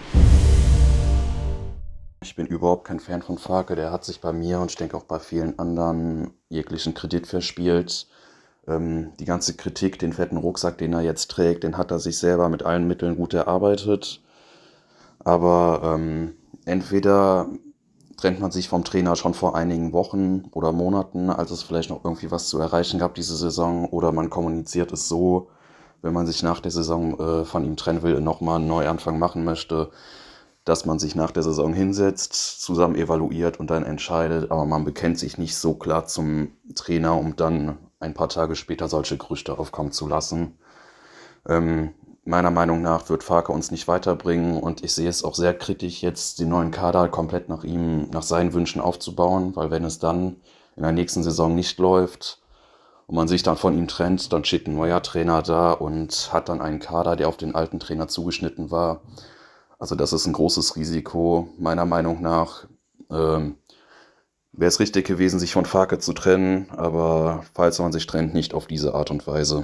Ich bin überhaupt kein Fan von Farke. Der hat sich bei mir und ich denke auch bei vielen anderen jeglichen Kredit verspielt. Die ganze Kritik, den fetten Rucksack, den er jetzt trägt, den hat er sich selber mit allen Mitteln gut erarbeitet. Aber entweder trennt man sich vom Trainer schon vor einigen Wochen oder Monaten, als es vielleicht noch irgendwie was zu erreichen gab diese Saison, oder man kommuniziert es so, wenn man sich nach der Saison von ihm trennen will und nochmal einen Neuanfang machen möchte, dass man sich nach der Saison hinsetzt, zusammen evaluiert und dann entscheidet, aber man bekennt sich nicht so klar zum Trainer, um dann ein paar Tage später solche Gerüchte aufkommen zu lassen. Meiner Meinung nach wird Farke uns nicht weiterbringen und ich sehe es auch sehr kritisch, jetzt den neuen Kader komplett nach seinen Wünschen aufzubauen, weil wenn es dann in der nächsten Saison nicht läuft und man sich dann von ihm trennt, dann steht ein neuer Trainer da und hat dann einen Kader, der auf den alten Trainer zugeschnitten war. Also das ist ein großes Risiko. Meiner Meinung nach wäre es richtig gewesen, sich von Farke zu trennen, aber falls man sich trennt, nicht auf diese Art und Weise.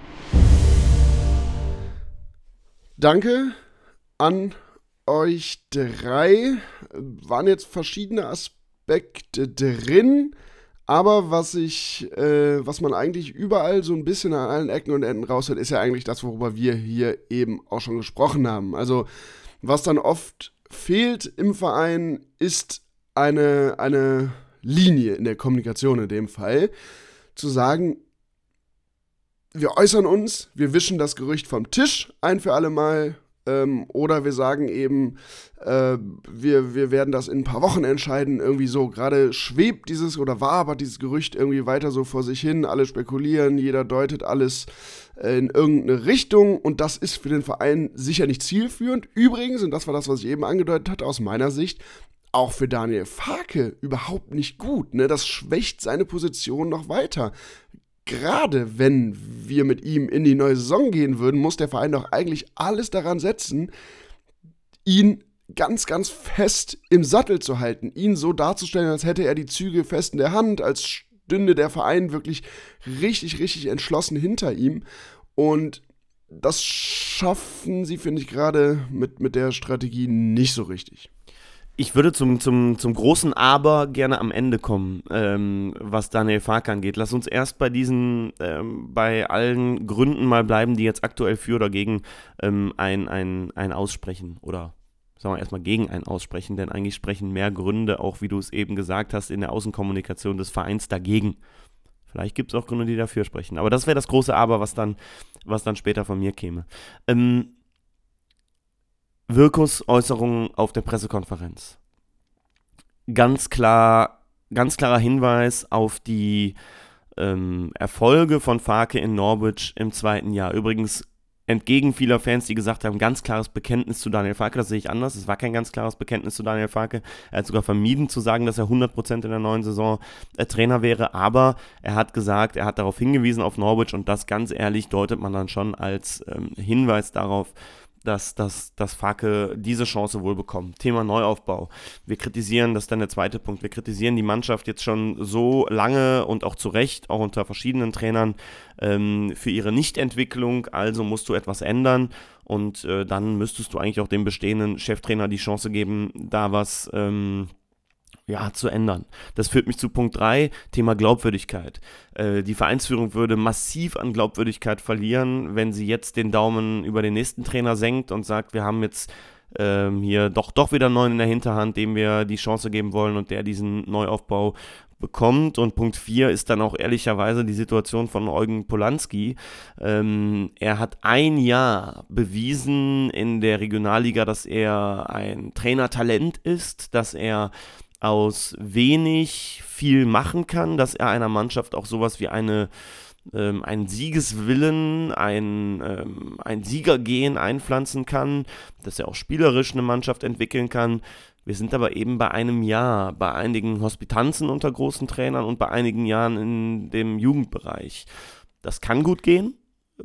Danke an euch drei. Waren jetzt verschiedene Aspekte drin, aber was man eigentlich überall so ein bisschen an allen Ecken und Enden raushört, ist ja eigentlich das, worüber wir hier eben auch schon gesprochen haben. Also was dann oft fehlt im Verein, ist eine Linie in der Kommunikation in dem Fall, zu sagen, wir äußern uns, wir wischen das Gerücht vom Tisch ein für alle Mal, oder wir sagen eben, wir werden das in ein paar Wochen entscheiden, irgendwie so. Gerade schwebt wabert dieses Gerücht irgendwie weiter so vor sich hin, alle spekulieren, jeder deutet alles in irgendeine Richtung und das ist für den Verein sicher nicht zielführend. Übrigens, und das war das, was ich eben angedeutet hatte, aus meiner Sicht, auch für Daniel Farke überhaupt nicht gut. Ne? Das schwächt seine Position noch weiter. Gerade wenn wir mit ihm in die neue Saison gehen würden, muss der Verein doch eigentlich alles daran setzen, ihn ganz, ganz fest im Sattel zu halten, ihn so darzustellen, als hätte er die Zügel fest in der Hand, als stünde der Verein wirklich richtig, richtig entschlossen hinter ihm. Und das schaffen sie, finde ich, gerade mit der Strategie nicht so richtig. Ich würde zum großen Aber gerne am Ende kommen, was Daniel Farke angeht. Lass uns erst bei allen Gründen mal bleiben, die jetzt aktuell für oder gegen ein Aussprechen oder sagen wir erstmal gegen ein Aussprechen, denn eigentlich sprechen mehr Gründe, auch wie du es eben gesagt hast, in der Außenkommunikation des Vereins dagegen. Vielleicht gibt es auch Gründe, die dafür sprechen. Aber das wäre das große Aber, was dann später von mir käme. Wilkos Äußerungen auf der Pressekonferenz. Ganz klarer Hinweis auf die Erfolge von Farke in Norwich im zweiten Jahr. Übrigens entgegen vieler Fans, die gesagt haben, ganz klares Bekenntnis zu Daniel Farke, das sehe ich anders. Es war kein ganz klares Bekenntnis zu Daniel Farke. Er hat sogar vermieden zu sagen, dass er 100% in der neuen Saison Trainer wäre, aber er hat gesagt, er hat darauf hingewiesen auf Norwich und das ganz ehrlich deutet man dann schon als Hinweis darauf, dass Farke diese Chance wohl bekommt. Thema Neuaufbau. Wir kritisieren, das ist dann der zweite Punkt, wir kritisieren die Mannschaft jetzt schon so lange und auch zu Recht, auch unter verschiedenen Trainern, für ihre Nichtentwicklung, also musst du etwas ändern und dann müsstest du eigentlich auch dem bestehenden Cheftrainer die Chance geben, da was zu ändern. Das führt mich zu Punkt 3, Thema Glaubwürdigkeit. Die Vereinsführung würde massiv an Glaubwürdigkeit verlieren, wenn sie jetzt den Daumen über den nächsten Trainer senkt und sagt, wir haben jetzt hier doch wieder einen neuen in der Hinterhand, dem wir die Chance geben wollen und der diesen Neuaufbau bekommt. Und Punkt 4 ist dann auch ehrlicherweise die Situation von Eugen Polanski. Er hat ein Jahr bewiesen in der Regionalliga, dass er ein Trainertalent ist, dass er aus wenig viel machen kann, dass er einer Mannschaft auch sowas wie einen Siegeswillen, ein Siegergehen einpflanzen kann, dass er auch spielerisch eine Mannschaft entwickeln kann. Wir sind aber eben bei einem Jahr, bei einigen Hospitanzen unter großen Trainern und bei einigen Jahren in dem Jugendbereich. Das kann gut gehen.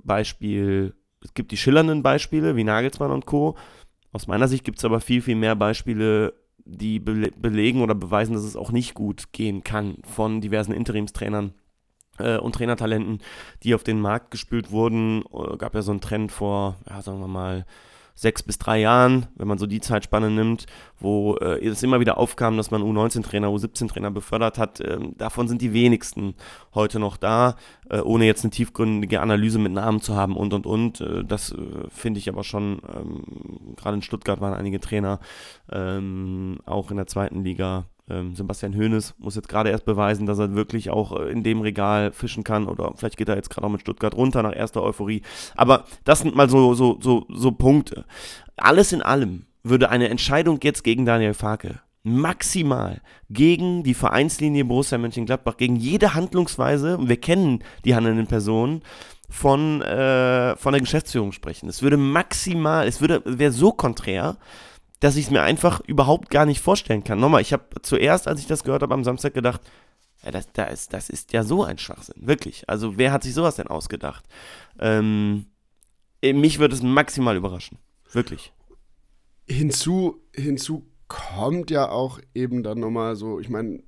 Es gibt die schillernden Beispiele wie Nagelsmann und Co. Aus meiner Sicht gibt es aber viel, viel mehr Beispiele, die belegen oder beweisen, dass es auch nicht gut gehen kann von diversen Interimstrainern und Trainertalenten, die auf den Markt gespült wurden. Gab ja so einen Trend vor, sagen wir mal, 6 bis 3 Jahren, wenn man so die Zeitspanne nimmt, wo es immer wieder aufkam, dass man U19-Trainer, U17-Trainer befördert hat. Davon sind die wenigsten heute noch da, ohne jetzt eine tiefgründige Analyse mit Namen zu haben und. Das finde ich aber schon, gerade in Stuttgart waren einige Trainer, auch in der zweiten Liga. Sebastian Hoeneß muss jetzt gerade erst beweisen, dass er wirklich auch in dem Regal fischen kann, oder vielleicht geht er jetzt gerade auch mit Stuttgart runter nach erster Euphorie. Aber das sind mal so Punkte. Alles in allem würde eine Entscheidung jetzt gegen Daniel Farke maximal gegen die Vereinslinie Borussia Mönchengladbach, gegen jede Handlungsweise, und wir kennen die handelnden Personen, von der Geschäftsführung sprechen. Es wäre so konträr, dass ich es mir einfach überhaupt gar nicht vorstellen kann. Nochmal, ich habe zuerst, als ich das gehört habe, am Samstag gedacht, ja, das ist ja so ein Schwachsinn, wirklich. Also wer hat sich sowas denn ausgedacht? Mich würde es maximal überraschen, wirklich. Hinzu kommt ja auch eben dann nochmal so, ich meine,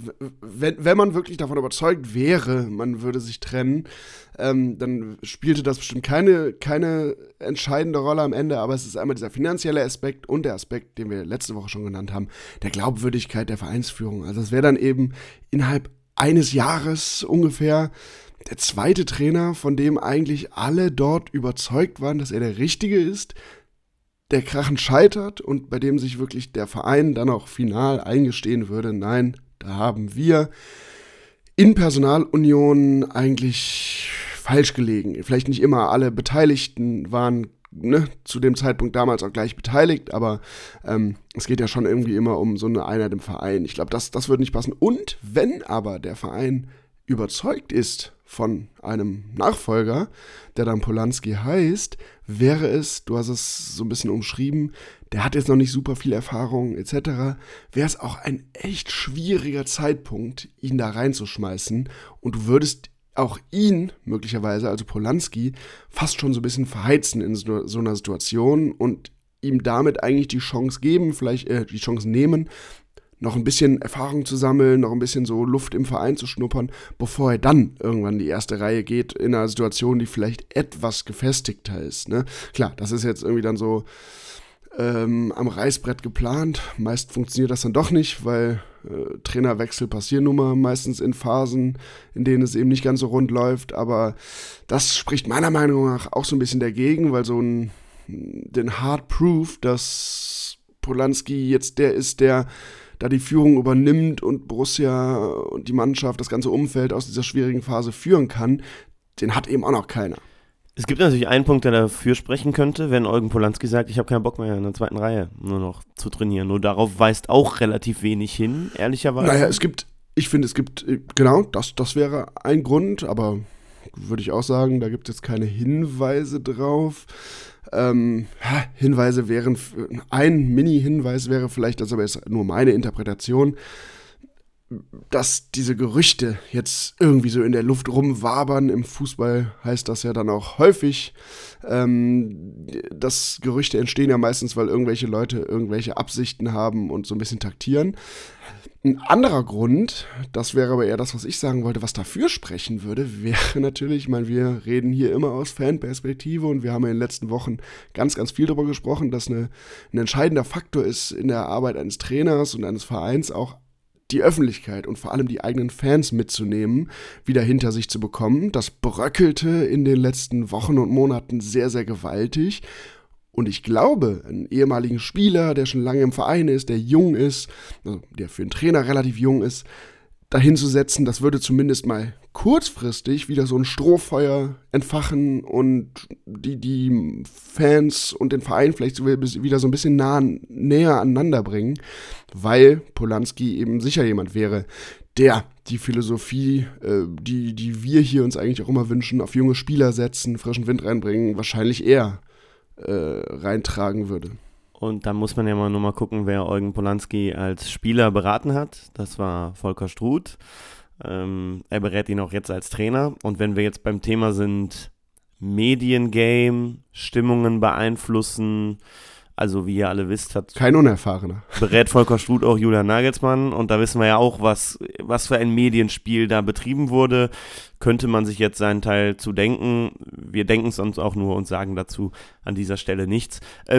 wenn man wirklich davon überzeugt wäre, man würde sich trennen, dann spielte das bestimmt keine entscheidende Rolle am Ende, aber es ist einmal dieser finanzielle Aspekt und der Aspekt, den wir letzte Woche schon genannt haben, der Glaubwürdigkeit der Vereinsführung. Also es wäre dann eben innerhalb eines Jahres ungefähr der zweite Trainer, von dem eigentlich alle dort überzeugt waren, dass er der Richtige ist, der Krachen scheitert und bei dem sich wirklich der Verein dann auch final eingestehen würde, nein, da haben wir in Personalunion eigentlich falsch gelegen. Vielleicht nicht immer alle Beteiligten waren zu dem Zeitpunkt damals auch gleich beteiligt, aber es geht ja schon irgendwie immer um so eine Einheit im Verein. Ich glaube, das würde nicht passen. Und wenn aber der Verein überzeugt ist von einem Nachfolger, der dann Polanski heißt, wäre es, du hast es so ein bisschen umschrieben, der hat jetzt noch nicht super viel Erfahrung etc., wäre es auch ein echt schwieriger Zeitpunkt, ihn da reinzuschmeißen, und du würdest auch ihn möglicherweise, also Polanski, fast schon so ein bisschen verheizen in so einer Situation und ihm damit eigentlich die Chance geben, vielleicht die Chance nehmen, noch ein bisschen Erfahrung zu sammeln, noch ein bisschen so Luft im Verein zu schnuppern, bevor er dann irgendwann in die erste Reihe geht, in einer Situation, die vielleicht etwas gefestigter ist. Ne? Klar, das ist jetzt irgendwie dann so am Reißbrett geplant. Meist funktioniert das dann doch nicht, weil Trainerwechsel passieren nun mal meistens in Phasen, in denen es eben nicht ganz so rund läuft. Aber das spricht meiner Meinung nach auch so ein bisschen dagegen, weil den Hard Proof, dass Polanski jetzt der ist, der da die Führung übernimmt und Borussia und die Mannschaft, das ganze Umfeld aus dieser schwierigen Phase führen kann, den hat eben auch noch keiner. Es gibt natürlich einen Punkt, der dafür sprechen könnte, wenn Eugen Polanski sagt, ich habe keinen Bock mehr in der zweiten Reihe nur noch zu trainieren. Nur darauf weist auch relativ wenig hin, ehrlicherweise. Naja, ich finde, es gibt, genau, das wäre ein Grund, aber würde ich auch sagen, da gibt es jetzt keine Hinweise drauf. Hinweise wären, ein Mini-Hinweis wäre vielleicht, das aber ist nur meine Interpretation, dass diese Gerüchte jetzt irgendwie so in der Luft rumwabern. Im Fußball heißt das ja dann auch häufig, dass Gerüchte entstehen ja meistens, weil irgendwelche Leute irgendwelche Absichten haben und so ein bisschen taktieren. Ein anderer Grund, das wäre aber eher das, was ich sagen wollte, was dafür sprechen würde, wäre natürlich, ich meine, wir reden hier immer aus Fanperspektive und wir haben ja in den letzten Wochen ganz, ganz viel darüber gesprochen, dass ein entscheidender Faktor ist in der Arbeit eines Trainers und eines Vereins auch die Öffentlichkeit und vor allem die eigenen Fans mitzunehmen, wieder hinter sich zu bekommen. Das bröckelte in den letzten Wochen und Monaten sehr, sehr gewaltig. Und ich glaube, einen ehemaligen Spieler, der schon lange im Verein ist, der jung ist, also der für einen Trainer relativ jung ist, dahin zu setzen, das würde zumindest mal kurzfristig wieder so ein Strohfeuer entfachen und die Fans und den Verein vielleicht wieder so ein bisschen näher aneinander bringen, weil Polanski eben sicher jemand wäre, der die Philosophie, die wir hier uns eigentlich auch immer wünschen, auf junge Spieler setzen, frischen Wind reinbringen, wahrscheinlich eher reintragen würde. Und da muss man ja mal nur mal gucken, wer Eugen Polanski als Spieler beraten hat. Das war Volker Struth. Er berät ihn auch jetzt als Trainer. Und wenn wir jetzt beim Thema sind, Mediengame, Stimmungen beeinflussen, also wie ihr alle wisst, kein Unerfahrener. Berät Volker Struth auch Julian Nagelsmann. Und da wissen wir ja auch, was für ein Medienspiel da betrieben wurde. Könnte man sich jetzt seinen Teil zu denken. Wir denken es uns auch nur und sagen dazu an dieser Stelle nichts.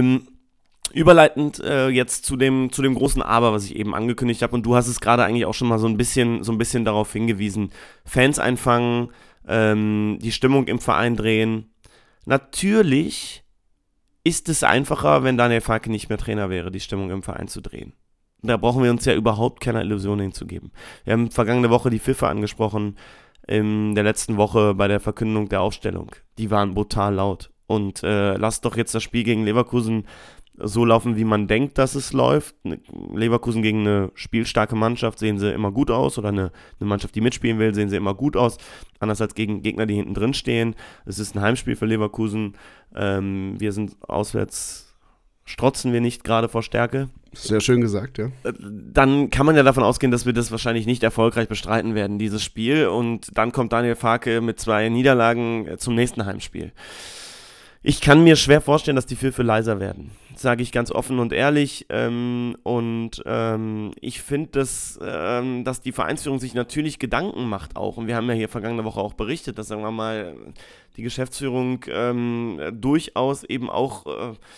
Überleitend jetzt zu dem großen Aber, was ich eben angekündigt habe, und du hast es gerade eigentlich auch schon mal so ein bisschen darauf hingewiesen, Fans einfangen, die Stimmung im Verein drehen. Natürlich ist es einfacher, wenn Daniel Farke nicht mehr Trainer wäre, die Stimmung im Verein zu drehen. Da brauchen wir uns ja überhaupt keine Illusionen hinzugeben. Wir haben vergangene Woche die Pfiffe angesprochen, in der letzten Woche bei der Verkündung der Aufstellung. Die waren brutal laut. Und lasst doch jetzt das Spiel gegen Leverkusen so laufen, wie man denkt, dass es läuft. Leverkusen gegen eine spielstarke Mannschaft sehen sie immer gut aus, oder eine Mannschaft, die mitspielen will, sehen sie immer gut aus. Anders als gegen Gegner, die hinten drin stehen. Es ist ein Heimspiel für Leverkusen. Wir sind auswärts, strotzen wir nicht gerade vor Stärke. Sehr schön gesagt, ja. Dann kann man ja davon ausgehen, dass wir das wahrscheinlich nicht erfolgreich bestreiten werden, dieses Spiel. Und dann kommt Daniel Farke mit 2 Niederlagen zum nächsten Heimspiel. Ich kann mir schwer vorstellen, dass die Pfiffe leiser werden. Das sage ich ganz offen und ehrlich. Ich finde, dass die Vereinsführung sich natürlich Gedanken macht auch. Und wir haben ja hier vergangene Woche auch berichtet, dass, sagen wir mal, die Geschäftsführung durchaus eben auch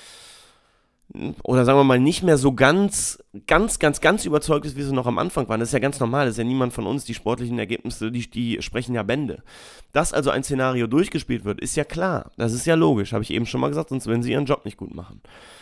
oder sagen wir mal nicht mehr so ganz überzeugt ist, wie sie noch am Anfang waren. Das ist ja ganz normal, das ist ja niemand von uns, die sportlichen Ergebnisse, die sprechen ja Bände. Dass also ein Szenario durchgespielt wird, ist ja klar, das ist ja logisch, habe ich eben schon mal gesagt, sonst würden sie ihren Job nicht gut machen.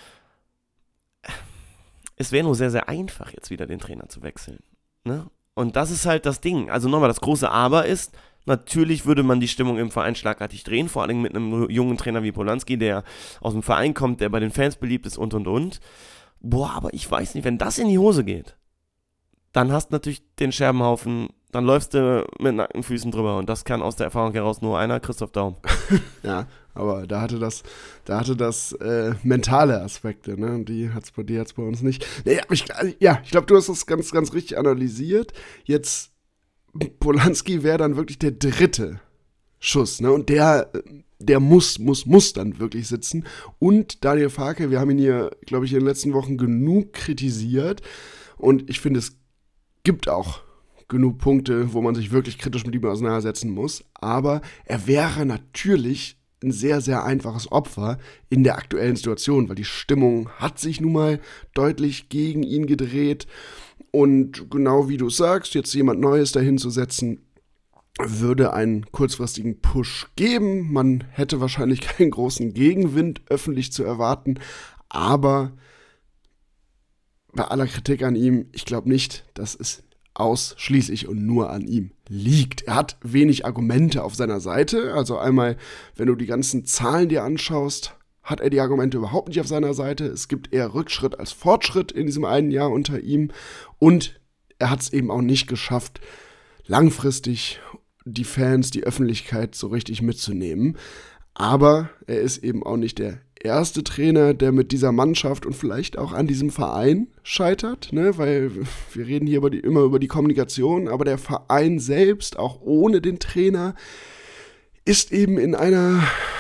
Es wäre nur sehr, sehr einfach, jetzt wieder den Trainer zu wechseln. Ne? Und das ist halt das Ding. Also nochmal, das große Aber ist, natürlich würde man die Stimmung im Verein schlagartig drehen, vor allem mit einem jungen Trainer wie Polanski, der aus dem Verein kommt, der bei den Fans beliebt ist und. Boah, aber ich weiß nicht, wenn das in die Hose geht, dann hast du natürlich den Scherbenhaufen, dann läufst du mit nackten Füßen drüber, und das kann aus der Erfahrung heraus nur einer, Christoph Daum. Ja, aber da hatte das mentale Aspekte, ne? Und die hat's bei uns nicht. Nee, aber ich glaube, du hast das ganz, ganz richtig analysiert. Jetzt Polanski wäre dann wirklich der dritte Schuss, ne? Und der muss dann wirklich sitzen. Und Daniel Farke, wir haben ihn hier, glaube ich, in den letzten Wochen genug kritisiert. Und ich finde, es gibt auch genug Punkte, wo man sich wirklich kritisch mit ihm auseinandersetzen muss. Aber er wäre natürlich ein sehr, sehr einfaches Opfer in der aktuellen Situation, weil die Stimmung hat sich nun mal deutlich gegen ihn gedreht. Und genau wie du sagst, jetzt jemand Neues dahin zu setzen, würde einen kurzfristigen Push geben. Man hätte wahrscheinlich keinen großen Gegenwind öffentlich zu erwarten. Aber bei aller Kritik an ihm, ich glaube nicht, dass es ausschließlich und nur an ihm liegt. Er hat wenig Argumente auf seiner Seite. Also einmal, wenn du die ganzen Zahlen dir anschaust, hat er die Argumente überhaupt nicht auf seiner Seite. Es gibt eher Rückschritt als Fortschritt in diesem einen Jahr unter ihm. Und er hat es eben auch nicht geschafft, langfristig die Fans, die Öffentlichkeit so richtig mitzunehmen. Aber er ist eben auch nicht der erste Trainer, der mit dieser Mannschaft und vielleicht auch an diesem Verein scheitert, ne? Weil wir reden hier immer über die Kommunikation, aber der Verein selbst, auch ohne den Trainer, ist eben in einer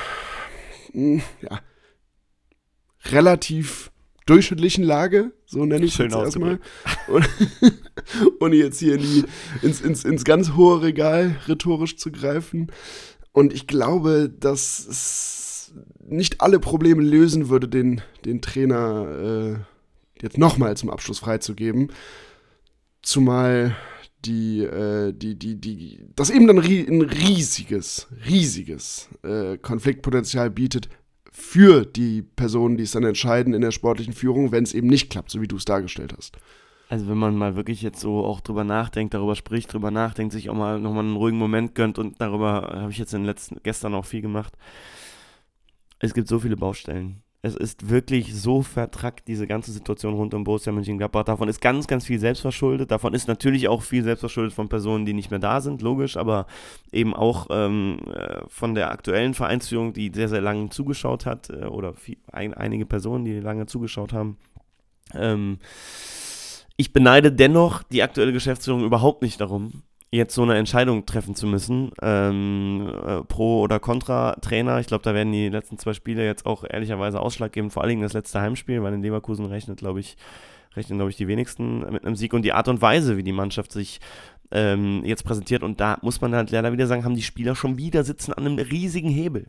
relativ durchschnittlichen Lage, so nenne ich es jetzt erstmal. Ohne jetzt hier ins ganz hohe Regal rhetorisch zu greifen. Und ich glaube, dass es nicht alle Probleme lösen würde, den Trainer jetzt nochmal zum Abschluss freizugeben. Zumal das eben dann ein riesiges Konfliktpotenzial bietet für die Personen, die es dann entscheiden in der sportlichen Führung, wenn es eben nicht klappt, so wie du es dargestellt hast. Also wenn man mal wirklich jetzt so auch drüber nachdenkt, darüber spricht, sich auch mal nochmal einen ruhigen Moment gönnt, und darüber habe ich jetzt gestern auch viel gemacht. Es gibt so viele Baustellen. Es ist wirklich so vertrackt, diese ganze Situation rund um Borussia Mönchengladbach. Davon ist ganz, ganz viel selbstverschuldet. Davon ist natürlich auch viel selbstverschuldet von Personen, die nicht mehr da sind, logisch, aber eben auch von der aktuellen Vereinsführung, die sehr, sehr lange zugeschaut hat, oder einige Personen, die lange zugeschaut haben. Ich beneide dennoch die aktuelle Geschäftsführung überhaupt nicht darum, jetzt so eine Entscheidung treffen zu müssen, pro oder contra Trainer. Ich glaube, da werden die letzten 2 Spiele jetzt auch ehrlicherweise ausschlaggebend, vor allen Dingen das letzte Heimspiel, weil in Leverkusen rechnen, glaube ich, die wenigsten mit einem Sieg, und die Art und Weise, wie die Mannschaft sich jetzt präsentiert, und da muss man halt leider wieder sagen, haben die Spieler schon wieder sitzen an einem riesigen Hebel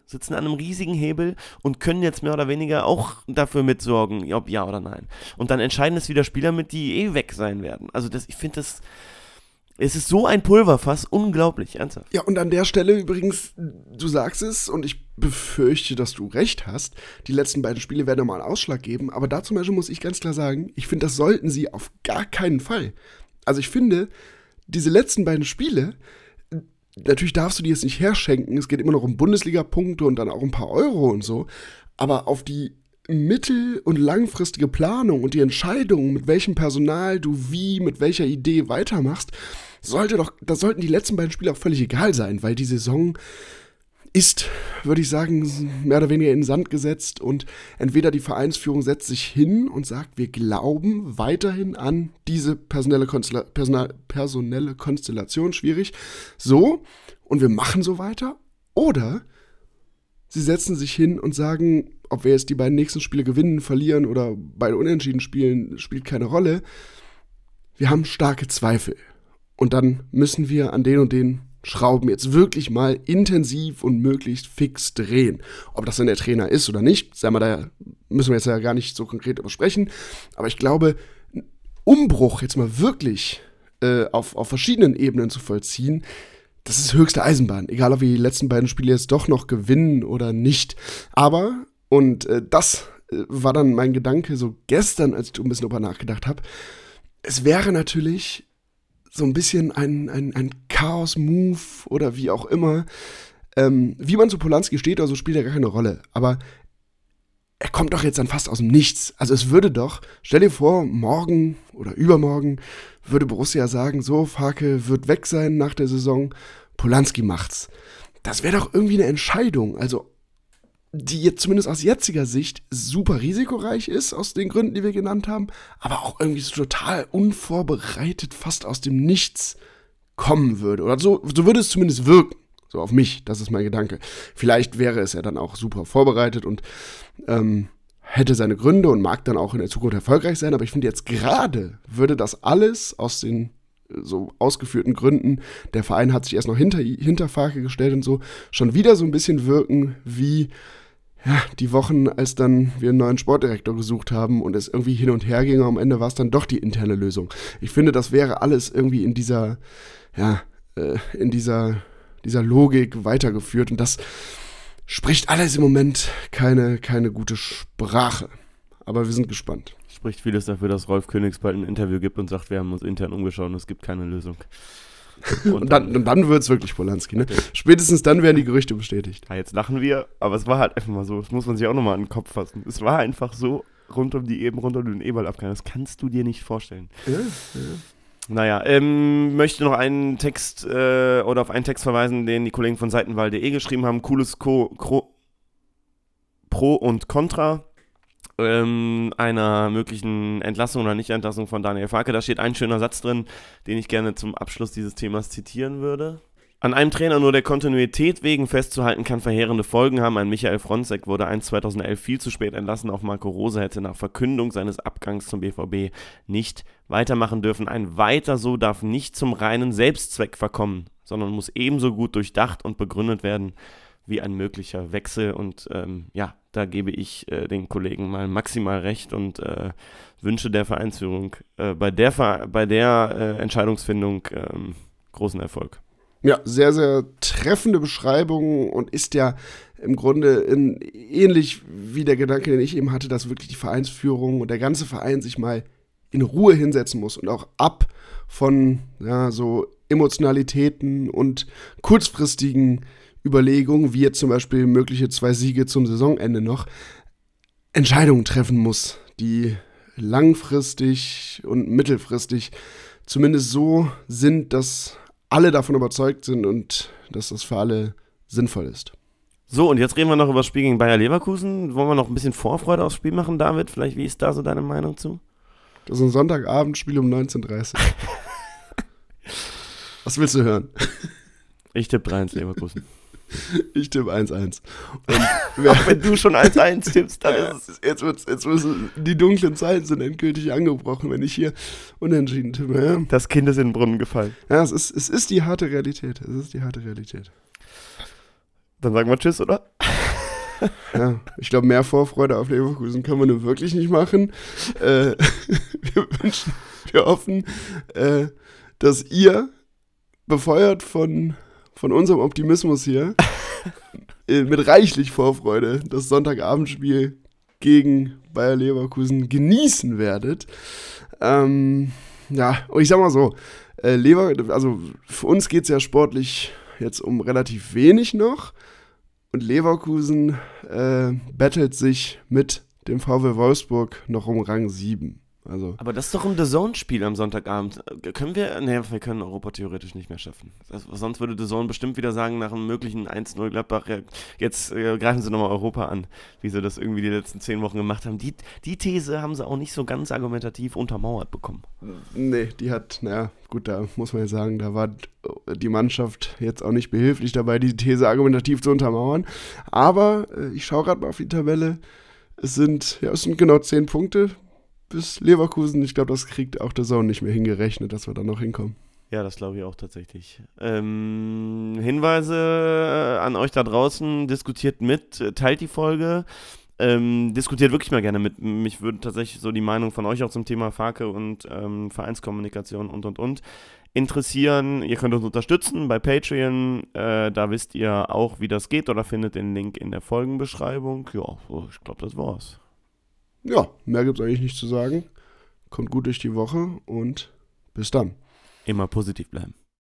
und können jetzt mehr oder weniger auch dafür mitsorgen, ob ja oder nein. Und dann entscheiden es wieder Spieler mit, die weg sein werden. Also ich finde das. Es ist so ein Pulverfass, unglaublich, ernsthaft. Ja, und an der Stelle übrigens, du sagst es, und ich befürchte, dass du recht hast, die letzten beiden Spiele werden nochmal einen Ausschlag geben, aber da zum Beispiel muss ich ganz klar sagen, ich finde, das sollten sie auf gar keinen Fall. Also ich finde, diese letzten beiden Spiele, natürlich darfst du die jetzt nicht herschenken, es geht immer noch um Bundesliga-Punkte und dann auch ein paar Euro und so, aber auf die mittel- und langfristige Planung und die Entscheidung, mit welchem Personal du mit welcher Idee weitermachst, da sollten die letzten beiden Spiele auch völlig egal sein, weil die Saison ist, würde ich sagen, mehr oder weniger in den Sand gesetzt, und entweder die Vereinsführung setzt sich hin und sagt, wir glauben weiterhin an diese personelle Konstellation, schwierig, so, und wir machen so weiter, oder sie setzen sich hin und sagen, ob wir jetzt die beiden nächsten Spiele gewinnen, verlieren oder beide unentschieden spielen, spielt keine Rolle. Wir haben starke Zweifel. Und dann müssen wir an den und den Schrauben jetzt wirklich mal intensiv und möglichst fix drehen. Ob das dann der Trainer ist oder nicht, da müssen wir jetzt ja gar nicht so konkret drüber sprechen. Aber ich glaube, einen Umbruch jetzt mal wirklich auf verschiedenen Ebenen zu vollziehen, das ist höchste Eisenbahn. Egal, ob wir die letzten beiden Spiele jetzt doch noch gewinnen oder nicht. Aber, und das war dann mein Gedanke so gestern, als ich ein bisschen darüber nachgedacht habe, es wäre natürlich so ein bisschen ein Chaos-Move oder wie auch immer. Wie man zu Polanski steht, also spielt ja gar keine Rolle. Aber er kommt doch jetzt dann fast aus dem Nichts. Also es würde doch, stell dir vor, morgen oder übermorgen würde Borussia sagen, so, Farke wird weg sein nach der Saison, Polanski macht's. Das wäre doch irgendwie eine Entscheidung, also die jetzt zumindest aus jetziger Sicht super risikoreich ist, aus den Gründen, die wir genannt haben, aber auch irgendwie so total unvorbereitet fast aus dem Nichts kommen würde. Oder so würde es zumindest wirken. So auf mich, das ist mein Gedanke. Vielleicht wäre es ja dann auch super vorbereitet und hätte seine Gründe und mag dann auch in der Zukunft erfolgreich sein, aber ich finde jetzt gerade würde das alles aus den so ausgeführten Gründen, der Verein hat sich erst noch hinter Farke gestellt und so, schon wieder so ein bisschen wirken wie die Wochen, als dann wir einen neuen Sportdirektor gesucht haben und es irgendwie hin und her ging, am Ende war es dann doch die interne Lösung. Ich finde, das wäre alles irgendwie in dieser Logik weitergeführt und das spricht alles im Moment keine gute Sprache. Aber wir sind gespannt. Spricht vieles dafür, dass Rolf Königs bald ein Interview gibt und sagt, wir haben uns intern umgeschaut und es gibt keine Lösung. Und dann wird es wirklich Polanski, ne? Okay. Spätestens dann werden die Gerüchte bestätigt. Ja, jetzt lachen wir, aber es war halt einfach mal so, das muss man sich auch nochmal an den Kopf fassen. Es war einfach so rund um den Eberl-Abgang, das kannst du dir nicht vorstellen. Ja. Naja, möchte noch einen Text oder auf einen Text verweisen, den die Kollegen von Seitenwahl.de geschrieben haben. Cooles Pro und Contra einer möglichen Entlassung oder Nicht-Entlassung von Daniel Farke. Da steht ein schöner Satz drin, den ich gerne zum Abschluss dieses Themas zitieren würde. An einem Trainer nur der Kontinuität wegen festzuhalten, kann verheerende Folgen haben. Ein Michael Fronzek wurde 2011 viel zu spät entlassen. Auch Marco Rose hätte nach Verkündung seines Abgangs zum BVB nicht weitermachen dürfen. Ein Weiter so darf nicht zum reinen Selbstzweck verkommen, sondern muss ebenso gut durchdacht und begründet werden wie ein möglicher Wechsel. Und da gebe ich den Kollegen mal maximal recht und wünsche der Vereinsführung bei der Entscheidungsfindung großen Erfolg. Ja, sehr, sehr treffende Beschreibung und ist ja im Grunde ähnlich wie der Gedanke, den ich eben hatte, dass wirklich die Vereinsführung und der ganze Verein sich mal in Ruhe hinsetzen muss und auch ab von so Emotionalitäten und kurzfristigen Überlegungen, wie jetzt zum Beispiel mögliche 2 Siege zum Saisonende noch, Entscheidungen treffen muss, die langfristig und mittelfristig zumindest so sind, dass alle davon überzeugt sind und dass das für alle sinnvoll ist. So, und jetzt reden wir noch über das Spiel gegen Bayer Leverkusen. Wollen wir noch ein bisschen Vorfreude aufs Spiel machen, David? Vielleicht, wie ist da so deine Meinung zu? Das ist ein Sonntagabendspiel um 19:30 Uhr. Was willst du hören? Ich tippe 3-1 Leverkusen. Ich tippe 1-1. Auch wenn du schon 1-1 tippst, dann ist es... Jetzt müssen die dunklen Zeiten sind endgültig angebrochen, wenn ich hier unentschieden tippe. Ja? Das Kind ist in den Brunnen gefallen. Ja, es ist die harte Realität. Es ist die harte Realität. Dann sagen wir Tschüss, oder? Ja, ich glaube, mehr Vorfreude auf Leverkusen können wir nun wirklich nicht machen. Wir hoffen, dass ihr, befeuert von unserem Optimismus hier, mit reichlich Vorfreude das Sonntagabendspiel gegen Bayer Leverkusen genießen werdet. Und ich sag mal so, also für uns geht es ja sportlich jetzt um relativ wenig noch und Leverkusen battelt sich mit dem VW Wolfsburg noch um Rang 7. Also. Aber das ist doch ein DAZN-Spiel am Sonntagabend. Können wir? Nee, wir können Europa theoretisch nicht mehr schaffen. Sonst würde DAZN bestimmt wieder sagen, nach einem möglichen 1-0 Gladbach, jetzt greifen sie nochmal Europa an, wie sie das irgendwie die letzten 10 Wochen gemacht haben. Die These haben sie auch nicht so ganz argumentativ untermauert bekommen. Nee, die hat, gut, da muss man ja sagen, da war die Mannschaft jetzt auch nicht behilflich dabei, die These argumentativ zu untermauern. Aber ich schaue gerade mal auf die Tabelle. Es sind genau 10 Punkte bis Leverkusen. Ich glaube, das kriegt auch DAZN nicht mehr hingerechnet, dass wir da noch hinkommen. Ja, das glaube ich auch tatsächlich. Hinweise an euch da draußen, diskutiert mit, teilt die Folge, diskutiert wirklich mal gerne mit. Mich würde tatsächlich so die Meinung von euch auch zum Thema Farke und Vereinskommunikation und interessieren. Ihr könnt uns unterstützen bei Patreon, da wisst ihr auch, wie das geht oder findet den Link in der Folgenbeschreibung. Ja, ich glaube, das war's. Ja, mehr gibt's eigentlich nicht zu sagen. Kommt gut durch die Woche und bis dann. Immer positiv bleiben.